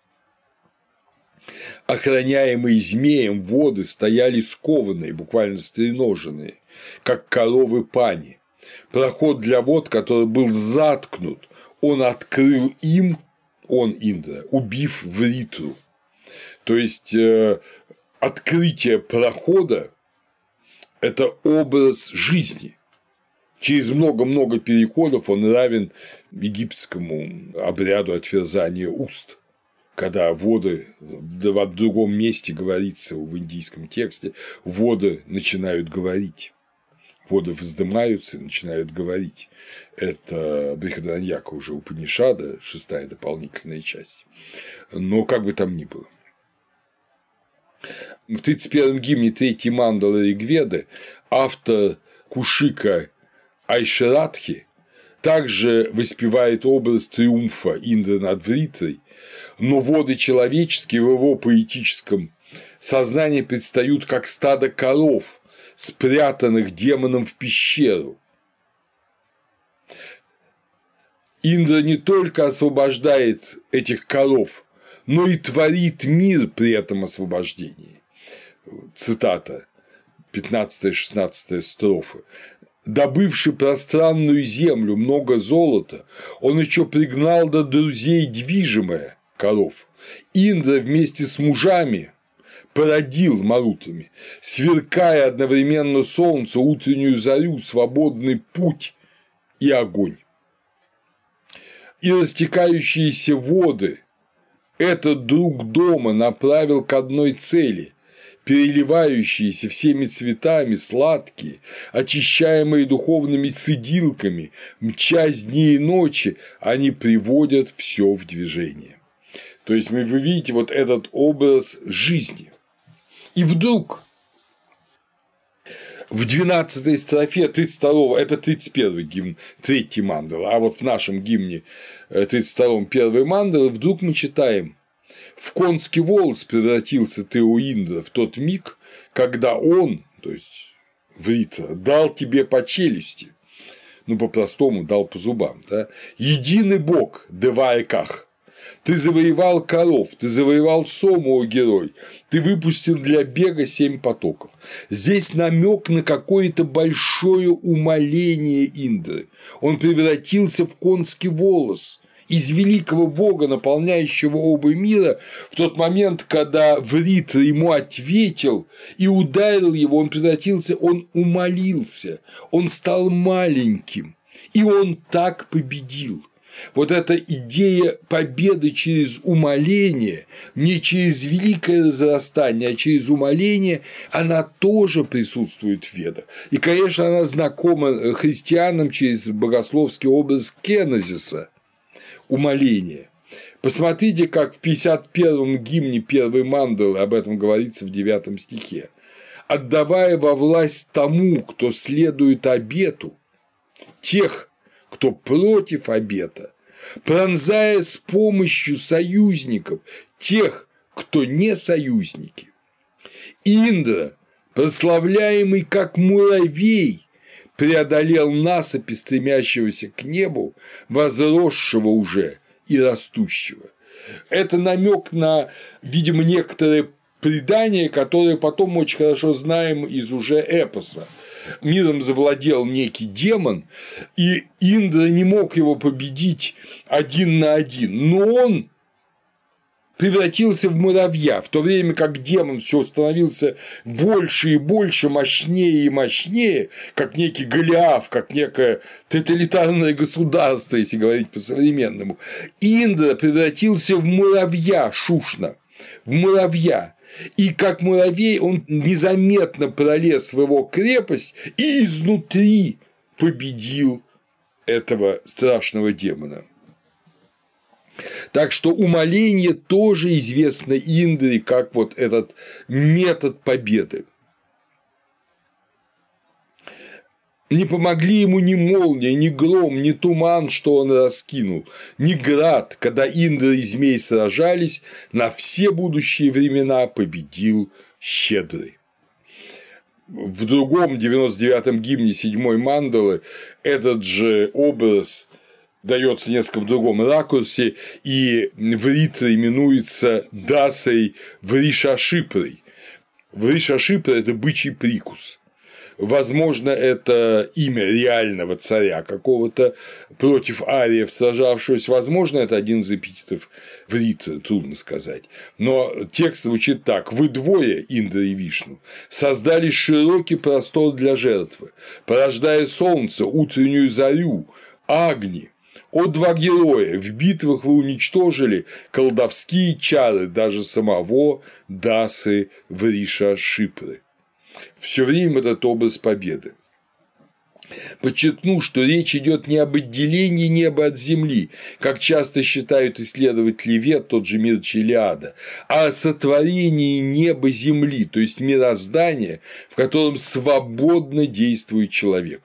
охраняемые змеем, воды стояли скованные, буквально стреноженные, как коровы пани. Проход для вод, который был заткнут, он открыл им, он, Индра, убив Вритру. То есть э, открытие прохода – это образ жизни. Через много-много переходов он равен египетскому обряду отверзания уст, когда воды в другом месте говорится в индийском тексте, воды начинают говорить. Воды вздымаются и начинают говорить. Это Брихадараньяка уже Упанишада, шестая дополнительная часть. Но как бы там ни было. В тридцать первом гимне третьей мандалы Ригведы автор Кушика Айшарадхи также воспевает образ триумфа Индры над Вритрой, но воды человеческие в его поэтическом сознании предстают как стадо коров, спрятанных демоном в пещеру. Индра не только освобождает этих коров, но и творит мир при этом освобождении. Цитата. пятнадцатая-шестнадцатая строфы. Добывши пространную землю, много золота, он еще пригнал до друзей движимое коров. Индра вместе с мужами породил марутами, сверкая одновременно солнце, утреннюю зарю, свободный путь и огонь. И растекающиеся воды этот друг дома направил к одной цели, переливающиеся всеми цветами, сладкие, очищаемые духовными цедилками, мчась дни и ночи, они приводят все в движение. То есть вы видите вот этот образ жизни. И вдруг в двенадцатой строфе тридцать второго, это тридцать первый гимн, третий мандала, а вот в нашем гимне тридцать втором первой мандалы вдруг мы читаем: «В конский волос превратился ты, о Индра, в тот миг, когда он, то есть Вритра, дал тебе по челюсти», ну, по-простому, дал по зубам, да, «единый бог, Девайках, ты завоевал коров, ты завоевал Сому, о герой, ты выпустил для бега семь потоков». Здесь намек на какое-то большое умоление Индры. Он превратился в конский волос из великого бога, наполняющего оба мира, в тот момент, когда Вритра ему ответил и ударил его, он превратился, он умолился, он стал маленьким, и он так победил. Вот эта идея победы через умоление, не через великое разрастание, а через умоление, она тоже присутствует в Ведах. И, конечно, она знакома христианам через богословский образ кенозиса, умоления. Посмотрите, как в пятьдесят первом гимне первой мандалы об этом говорится в девятом стихе. «Отдавая во власть тому, кто следует обету, тех, кто против обета, пронзая с помощью союзников тех, кто не союзники. Индра, прославляемый как муравей, преодолел насыпи, стремящегося к небу, возросшего уже и растущего». Это намек на, видимо, некоторые предания, которые потом мы очень хорошо знаем из уже эпоса. Миром завладел некий демон, и Индра не мог его победить один на один, но он превратился в муравья, в то время как демон все становился больше и больше, мощнее и мощнее, как некий Голиаф, как некое тоталитарное государство, если говорить по-современному. Индра превратился в муравья Шушна, в муравья. И как муравей он незаметно пролез в его крепость и изнутри победил этого страшного демона. Так что умоление тоже известно Индре как вот этот метод победы. Не помогли ему ни молния, ни гром, ни туман, что он раскинул, ни град, когда Индра и змей сражались, на все будущие времена победил щедрый. В другом девяносто девятом гимне седьмой мандалы этот же образ дается несколько в другом ракурсе, и Вритра именуется Дасой Вришашипрой. Вришашипра – это бычий прикус. Возможно, это имя реального царя какого-то против ариев сражавшегося. Возможно, это один из эпитетов Вритры, трудно сказать. Но текст звучит так: «Вы двое, Индра и Вишну, создали широкий простор для жертвы, порождая солнце, утреннюю зарю, Агни. О, два героя, в битвах вы уничтожили колдовские чары даже самого Дасы Вришашипры». Все время этот образ победы. Подчеркну, что речь идет не об отделении неба от земли, как часто считают исследователи Вед, тот же мир Челиада, а о сотворении неба земли, то есть мироздания, в котором свободно действует человек.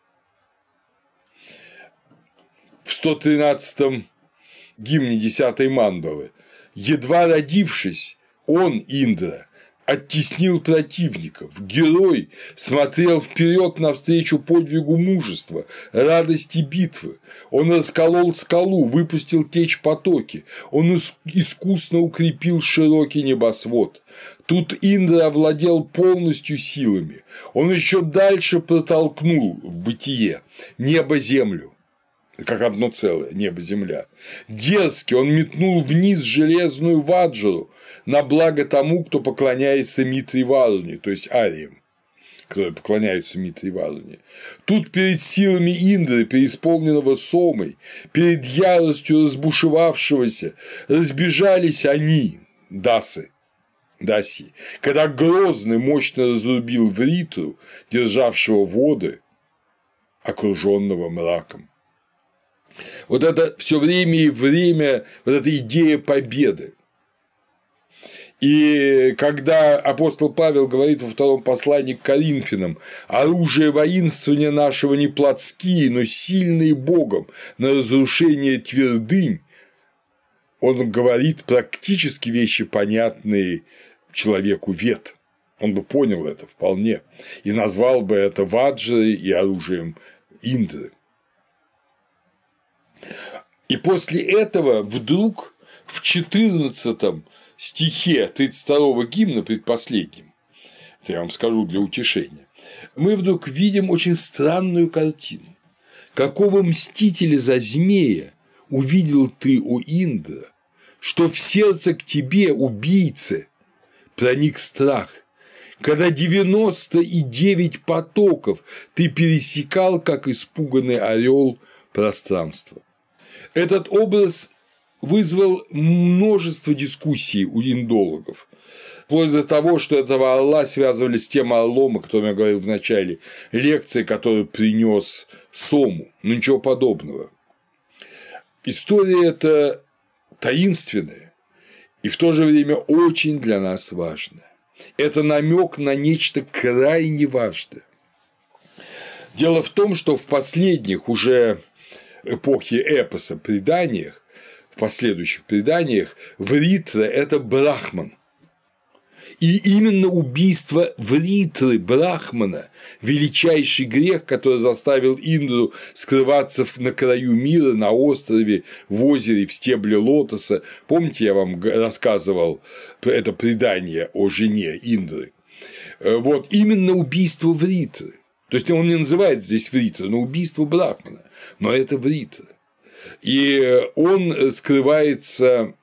В сто тринадцатом гимне десятой мандалы: «Едва родившись, он, Индра, оттеснил противников. Герой смотрел вперед навстречу подвигу мужества, радости битвы. Он расколол скалу, выпустил течь потоки. Он искусно укрепил широкий небосвод. Тут Индра овладел полностью силами. Он еще дальше протолкнул в бытие небо-землю, как одно целое, небо-земля. Дерзкий он метнул вниз железную ваджру на благо тому, кто поклоняется Митре Варуне, то есть ариям, которые поклоняются Митре Варуне. Тут перед силами Индры, преисполненного Сомой, перед яростью разбушевавшегося, разбежались они, дасы, даси, когда Грозный мощно разрубил Вритру, державшего воды, окруженного мраком. Вот это все время и время, вот эта идея победы. И когда апостол Павел говорит во втором послании к Коринфянам: оружие воинствования нашего не плотские, но сильные Богом на разрушение твердынь, он говорит практически вещи, понятные человеку вет. Он бы понял это вполне и назвал бы это ваджрой и оружием Индры. И после этого вдруг в четырнадцатом стихе тридцать второго гимна, предпоследнем, это я вам скажу для утешения, мы вдруг видим очень странную картину. Какого мстителя за змея увидел ты, о Индра, что в сердце к тебе, убийце, проник страх, когда девяносто девять потоков ты пересекал, как испуганный орел, пространство. Этот образ вызвал множество дискуссий у индологов, вплоть до того, что этого орла связывали с тем орлом, о котором я говорил в начале лекции, который принес Сому, но ничего подобного. История эта таинственная и в то же время очень для нас важная. Это намек на нечто крайне важное. Дело в том, что в последних уже эпохе эпоса преданиях, в последующих преданиях, Вритра – это брахман. И именно убийство Вритры, брахмана, величайший грех, который заставил Индру скрываться на краю мира, на острове, в озере, в стебле лотоса. Помните, я вам рассказывал это предание о жене Индры? Вот, именно убийство Вритры. То есть он не называет здесь Вритра, но убийство брахмана. Но это Вритра. И он скрывается.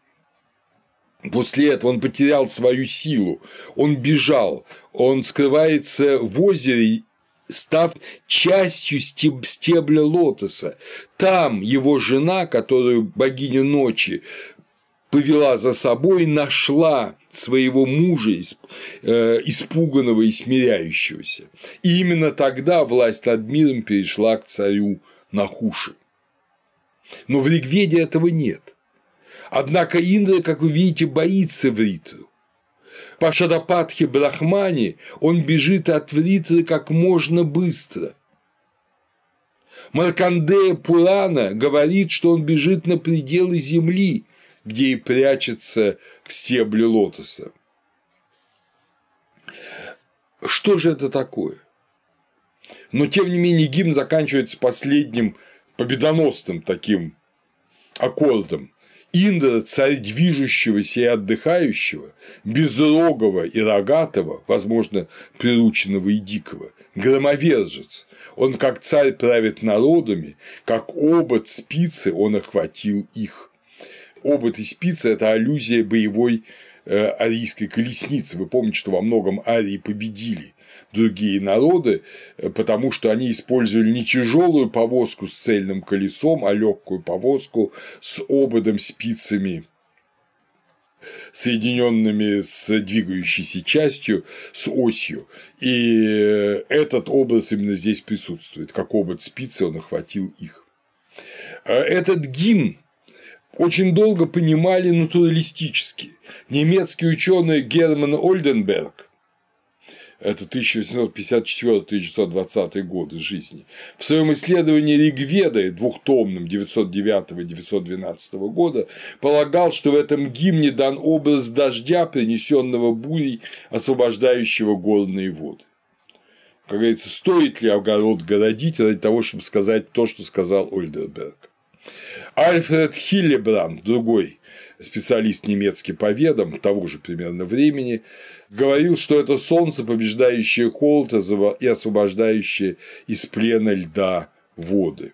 После этого он потерял свою силу, он бежал, он скрывается в озере, став частью стебля лотоса. Там его жена, которую богиня ночи повела за собой, нашла своего мужа, испуганного и смиряющегося. И именно тогда власть над миром перешла к царю Нахуши. Но в Ригведе этого нет. Однако Индра, как вы видите, боится Вритру. По Шадападхе Брахмане он бежит от Вритры как можно быстро. Маркандея Пурана говорит, что он бежит на пределы земли, где и прячется в стебле лотоса. Что же это такое? Но тем не менее гимн заканчивается последним победоносным таким аккордом. Индра, царь движущегося и отдыхающего, безрогого и рогатого, возможно, прирученного и дикого, громовержец. Он, как царь, правит народами, как обод спицы он охватил их. Обод и спица – это аллюзия боевой арийской колесницы. Вы помните, что во многом арии победили другие народы, потому что они использовали не тяжелую повозку с цельным колесом, а легкую повозку с ободом, спицами, соединенными с двигающейся частью, с осью. И этот образ именно здесь присутствует, как обод спицы он охватил их. Этот гимн очень долго понимали натуралистически. Немецкий ученый Герман Ольденберг это тысяча восемьсот пятьдесят четвёртый — тысяча девятьсот двадцатый годы жизни. В своем исследовании Ригведы, двухтомном девятьсот девятого — девятьсот двенадцатого года, полагал, что в этом гимне дан образ дождя, принесенного бурей, освобождающего горные воды. Как говорится, стоит ли огород городить ради того, чтобы сказать то, что сказал Ольдерберг. Альфред Хиллебранд, другой специалист немецкий по ведам того же примерно времени, говорил, что это солнце, побеждающее холод и освобождающее из плена льда воды.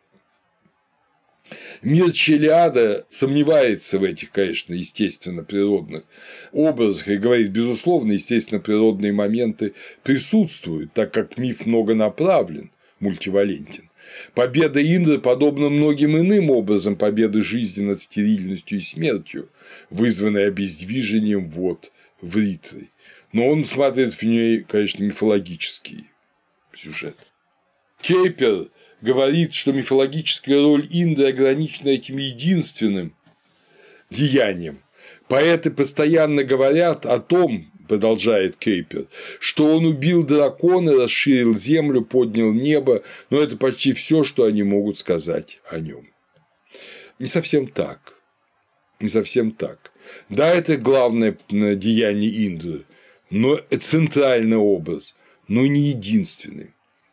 Мир Челиада сомневается в этих, конечно, естественно-природных образах и говорит, безусловно, естественно-природные моменты присутствуют, так как миф многонаправлен, мультивалентен. Победа Индры подобна многим иным образом победы жизни над стерильностью и смертью, вызванной обездвижением вод Вритры. Но он смотрит в ней, конечно, мифологический сюжет. Кейпер говорит, что мифологическая роль Индры ограничена этим единственным деянием. Поэты постоянно говорят о том, продолжает Кейпер, что он убил дракона, расширил землю, поднял небо, но это почти все, что они могут сказать о нем. Не совсем так. Не совсем так. Да, это главное деяние Индры, но центральный образ, но не единственный.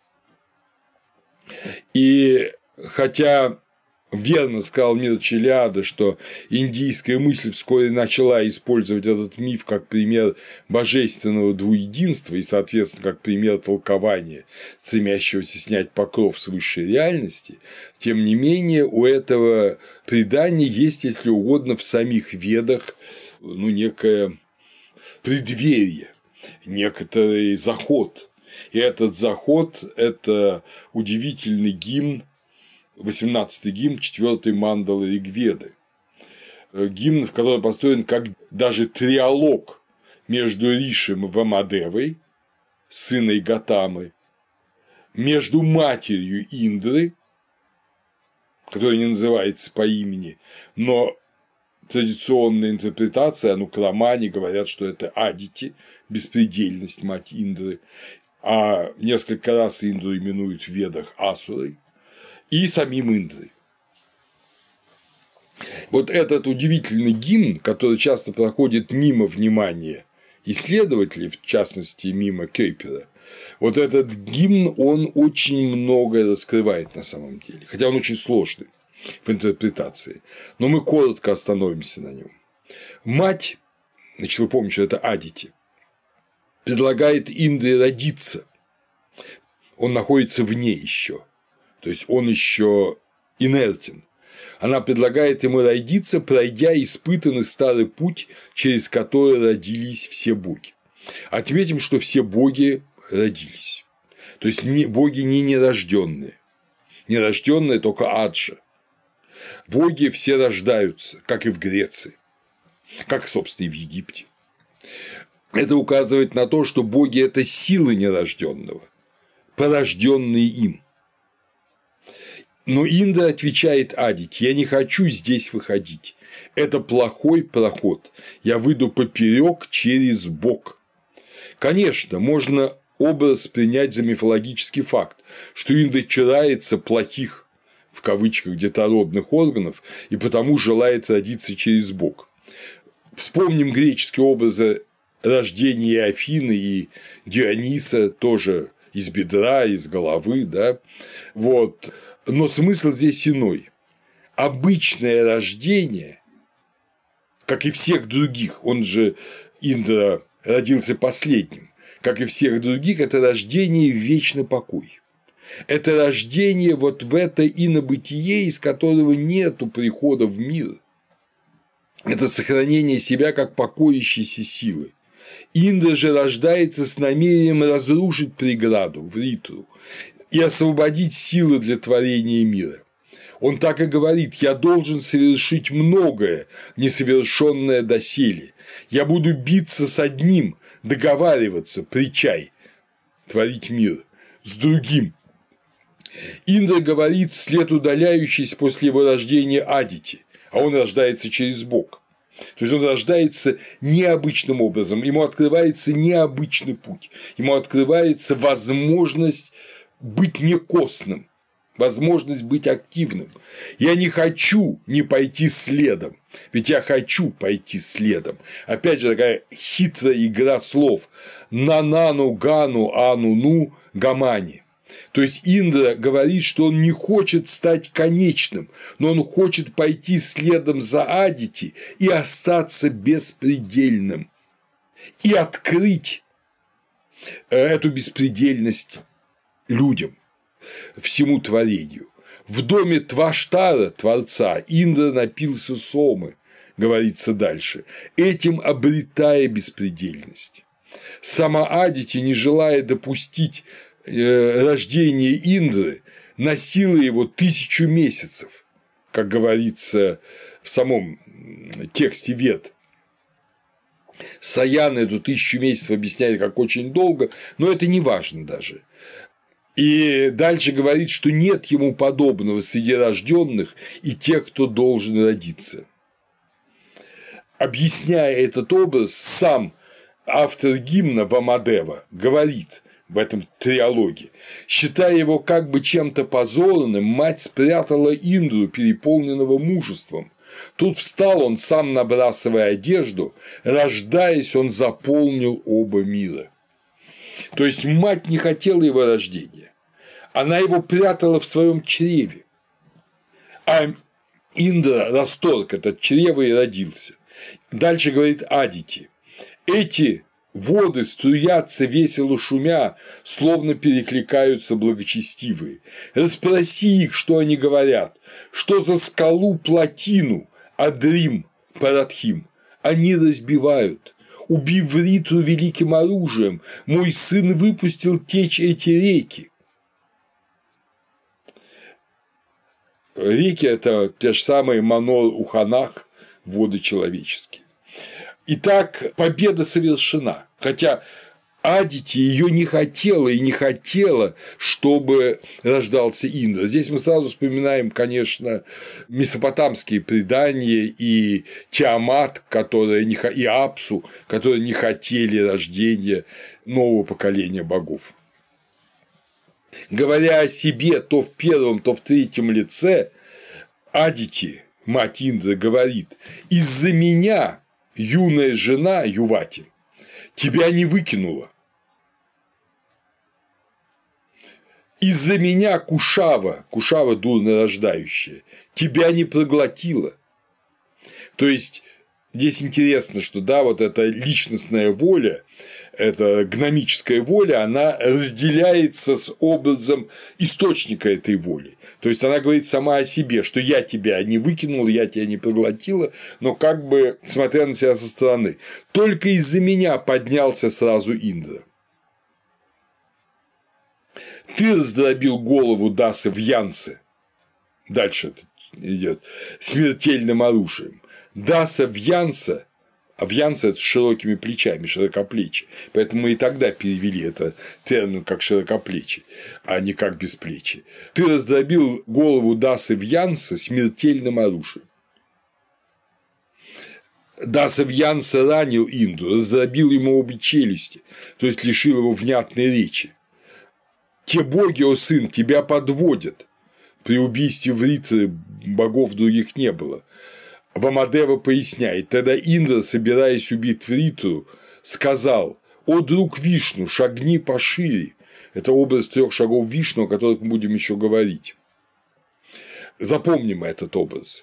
И хотя верно сказал Мир Челиада, что индийская мысль вскоре начала использовать этот миф как пример божественного двуединства и, соответственно, как пример толкования, стремящегося снять покров с высшей реальности, тем не менее у этого предания есть, если угодно, в самих ведах ну, некое преддверие, некоторый заход. И этот заход – это удивительный гимн, восемнадцатый гимн четвёртой мандалы Ригведы. Гимн, в котором построен как даже триалог между Ришем и Вамадевой, сыной Гатамы, между матерью Индры, которая не называется по имени, но традиционная интерпретация, ну, Крамани говорят, что это Адити, беспредельность, мать Индры, а несколько раз Индру именуют в ведах Асурой, и самим Индрой. Вот этот удивительный гимн, который часто проходит мимо внимания исследователей, в частности, мимо Кейпера, вот этот гимн, он очень многое раскрывает на самом деле, хотя он очень сложный в интерпретации, но мы коротко остановимся на нем. Мать, значит, вы помните, что это Адити, предлагает Индре родиться, он находится вне еще, то есть он еще инертен. Она предлагает ему родиться, пройдя испытанный старый путь, через который родились все боги. Отметим, что все боги родились, то есть боги не нерожденные, нерожденные только Аджа. Боги все рождаются, как и в Греции, как, собственно, и в Египте. Это указывает на то, что боги – это силы нерожденного, порожденные им. Но Индра отвечает Адити: я не хочу здесь выходить, это плохой проход, я выйду поперек через бок. Конечно, можно образ принять за мифологический факт, что Индра чурается плохих, в кавычках, детородных органов и потому желает родиться через бок. Вспомним греческие образы рождения Афины и Диониса, тоже из бедра, из головы, да, вот. Но смысл здесь иной. Обычное рождение, как и всех других, он же, Индра, родился последним, как и всех других, это рождение в вечный покой. Это рождение вот в это инобытие, из которого нету прихода в мир. Это сохранение себя как покоящейся силы. Индра же рождается с намерением разрушить преграду, Вритру, и освободить силы для творения мира. Он так и говорит: я должен совершить многое, несовершенное доселе. Я буду биться с одним, договариваться, причай, творить мир, с другим. Индра говорит вслед удаляющейся после его рождения Адити, а он рождается через бок. То есть он рождается необычным образом, ему открывается необычный путь, ему открывается возможность быть не косным, возможность быть активным. Я не хочу не пойти следом, ведь я хочу пойти следом. Опять же, такая хитрая игра слов. Нанану, гану, ануну, гамани. То есть Индра говорит, что он не хочет стать конечным, но он хочет пойти следом за Адити и остаться беспредельным. И открыть эту беспредельность людям, всему творению. В доме Тваштара, Творца, Индра напился сомы, говорится дальше, этим обретая беспредельность. Сама Адити, не желая допустить рождение Индры, носила его тысячу месяцев, как говорится в самом тексте Вед. Саян эту тысячу месяцев объясняет как очень долго, но это не важно даже. И дальше говорит, что нет ему подобного среди рожденных и тех, кто должен родиться. Объясняя этот образ, сам автор гимна Вамадева говорит в этом триалоге: считая его как бы чем-то позорным, мать спрятала Индру, переполненного мужеством. Тут встал он, сам набрасывая одежду, рождаясь, он заполнил оба мира. То есть мать не хотела его рождения, она его прятала в своем чреве, а Индра расторг этот чрево и родился. Дальше говорит Адити: эти воды струятся весело шумя, словно перекликаются благочестивые. Расспроси их, что они говорят, что за скалу плотину, Адрим, Парадхим, они разбивают. Убив Вритру великим оружием, мой сын выпустил течь эти реки. Реки – это те же самые Манор-Уханах, воды человеческие. Итак, победа совершена, хотя Адити ее не хотела и не хотела, чтобы рождался Индра. Здесь мы сразу вспоминаем, конечно, месопотамские предания и Тиамат, которые не, и Апсу, которые не хотели рождения нового поколения богов. Говоря о себе то в первом, то в третьем лице, Адити, мать Индры, говорит: из-за меня юная жена Ювати тебя не выкинула. Из-за меня Кушава, Кушава дурно рождающая, тебя не проглотила. То есть здесь интересно, что да, вот эта личностная воля, эта гномическая воля, она разделяется с образом источника этой воли. То есть она говорит сама о себе, что я тебя не выкинула, я тебя не проглотила, но как бы смотря на себя со стороны. Только из-за меня поднялся сразу Индра. Ты раздробил голову Дасы в Янце. Дальше это идет смертельным оружием. Даса в Янце, а в Янце это с широкими плечами, широкоплечие. Поэтому мы и тогда перевели это термин как широкоплечие, а не как бесплечие. Ты раздробил голову Дасы в Янце смертельным оружием. Даса в Янце ранил Индру, раздробил ему обе челюсти, то есть лишил его внятной речи. Те боги, о сын, тебя подводят. При убийстве Вритры богов других не было. Вамадева поясняет: тогда Индра, собираясь убить Вритру, сказал: о друг Вишну, шагни пошире. Это образ трех шагов Вишну, о которых мы будем еще говорить. Запомним этот образ.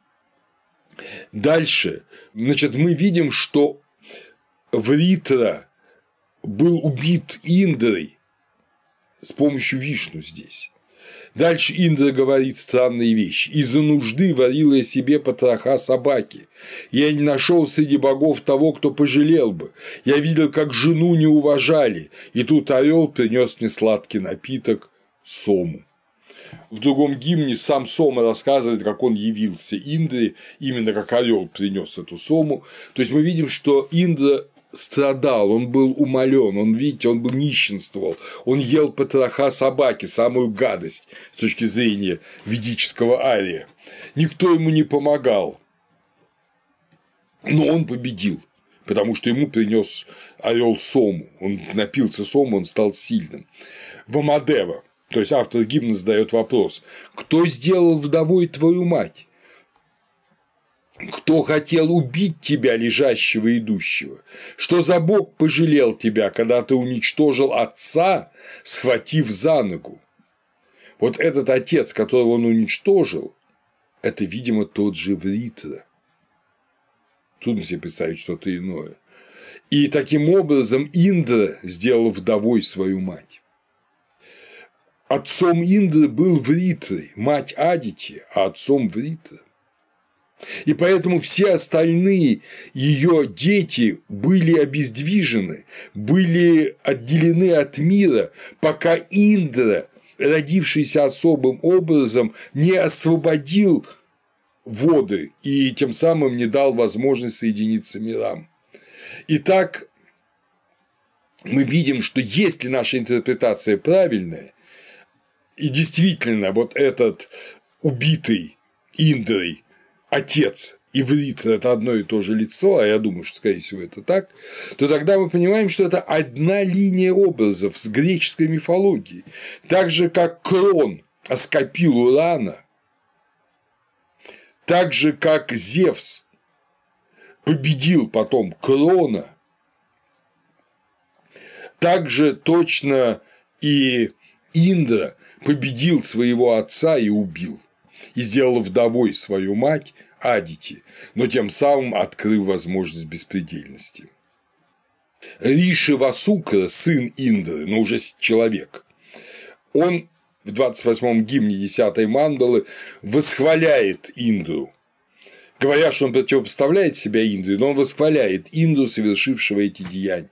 Дальше, значит, мы видим, что Вритра был убит Индрой с помощью Вишну здесь. Дальше Индра говорит странные вещи. Из-за нужды варила я себе потроха собаки. Я не нашел среди богов того, кто пожалел бы. Я видел, как жену не уважали, и тут орел принес мне сладкий напиток сому. В другом гимне сам Сома рассказывает, как он явился Индре, именно как орел принес эту сому. То есть мы видим, что Индра страдал, он был умолен, он, видите, он был нищенствовал, он ел потроха собаки, самую гадость с точки зрения ведического ария. Никто ему не помогал. Но он победил, потому что ему принес орел сому. Он напился сому, он стал сильным. Вамадева, то есть автор гимна, задает вопрос: кто сделал вдовой твою мать? Кто хотел убить тебя, лежащего и идущего? Что за бог пожалел тебя, когда ты уничтожил отца, схватив за ногу? Вот этот отец, которого он уничтожил, это, видимо, тот же Вритра. Трудно себе представить что-то иное. И таким образом Индра сделал вдовой свою мать. Отцом Индры был Вритрой, мать Адити, а отцом Вритра. И поэтому все остальные ее дети были обездвижены, были отделены от мира, пока Индра, родившийся особым образом, не освободил воды и тем самым не дал возможность соединиться мирам. Итак, мы видим, что если наша интерпретация правильная, и действительно вот этот убитый Индрой отец и Вритра – это одно и то же лицо, а я думаю, что, скорее всего, это так, то тогда мы понимаем, что это одна линия образов с греческой мифологией. Так же, как Крон оскопил Урана, так же, как Зевс победил потом Крона, так же точно и Индра победил своего отца и убил, и сделал вдовой свою мать Адити, но тем самым открыв возможность беспредельности. Риши Васукра, сын Индры, но уже человек, он в двадцать восьмом гимне десятой мандалы восхваляет Индру, говоря, что он противопоставляет себя Индре, но он восхваляет Индру, совершившего эти деяния.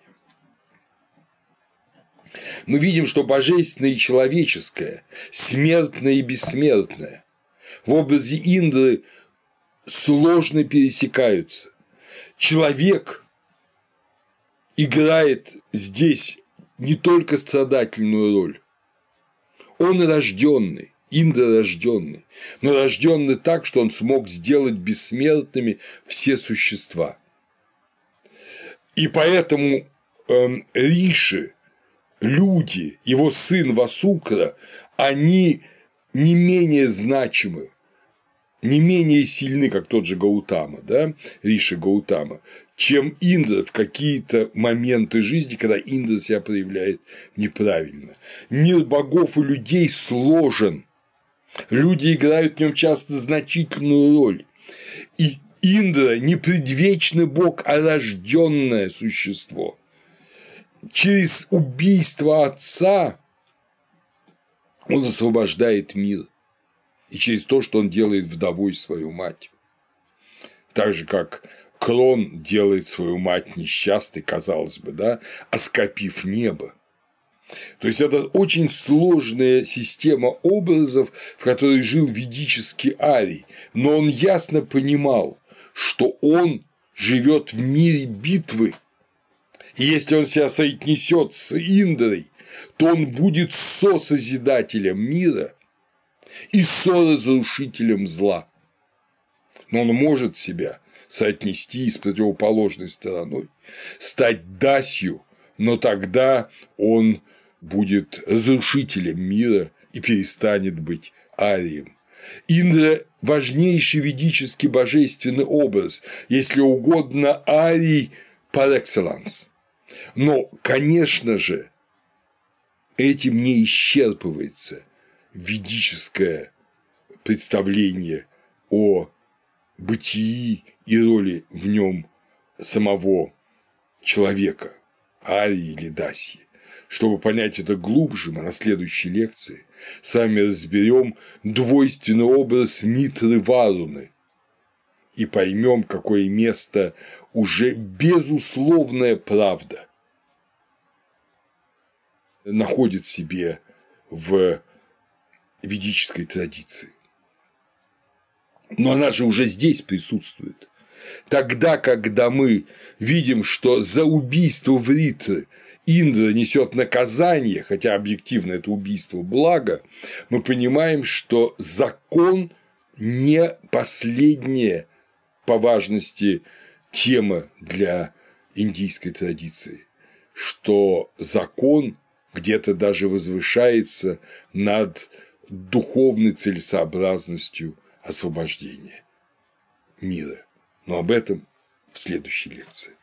Мы видим, что божественное и человеческое, смертное и бессмертное в образе Индры сложно пересекаются. Человек играет здесь не только страдательную роль, он рожденный, Индра рожденный, но рожденный так, что он смог сделать бессмертными все существа. И поэтому эм, риши, люди, его сын Васукра, они не менее значимы, не менее сильны, как тот же Гаутама, да, Риши Гаутама, чем Индра в какие-то моменты жизни, когда Индра себя проявляет неправильно. Мир богов и людей сложен, люди играют в нем часто значительную роль, и Индра не предвечный бог, а рожденное существо. Через убийство отца он освобождает мир, и через то, что он делает вдовой свою мать. Так же, как Крон делает свою мать несчастной, казалось бы, да, оскопив небо. То есть это очень сложная система образов, в которой жил ведический Арий, но он ясно понимал, что он живет в мире битвы, и если он себя соотнесет с Индрой, то он будет сосозидателем мира и соразрушителем зла. Но он может себя соотнести с противоположной стороной, стать дасью, но тогда он будет разрушителем мира и перестанет быть арием. Индра – важнейший ведический божественный образ, если угодно, арий par excellence. Но, конечно же, этим не исчерпывается ведическое представление о бытии и роли в нем самого человека, арии или даси. Чтобы понять это глубже, мы на следующей лекции с вами разберем двойственный образ Митры Варуны и поймем, какое место уже безусловная правда находит себе в ведической традиции. Но она же уже здесь присутствует. Тогда, когда мы видим, что за убийство Вритры Индра несет наказание, хотя объективно это убийство благо, мы понимаем, что закон не последнее по важности тема для индийской традиции, что закон где-то даже возвышается над духовной целесообразностью освобождения мира. Но об этом в следующей лекции.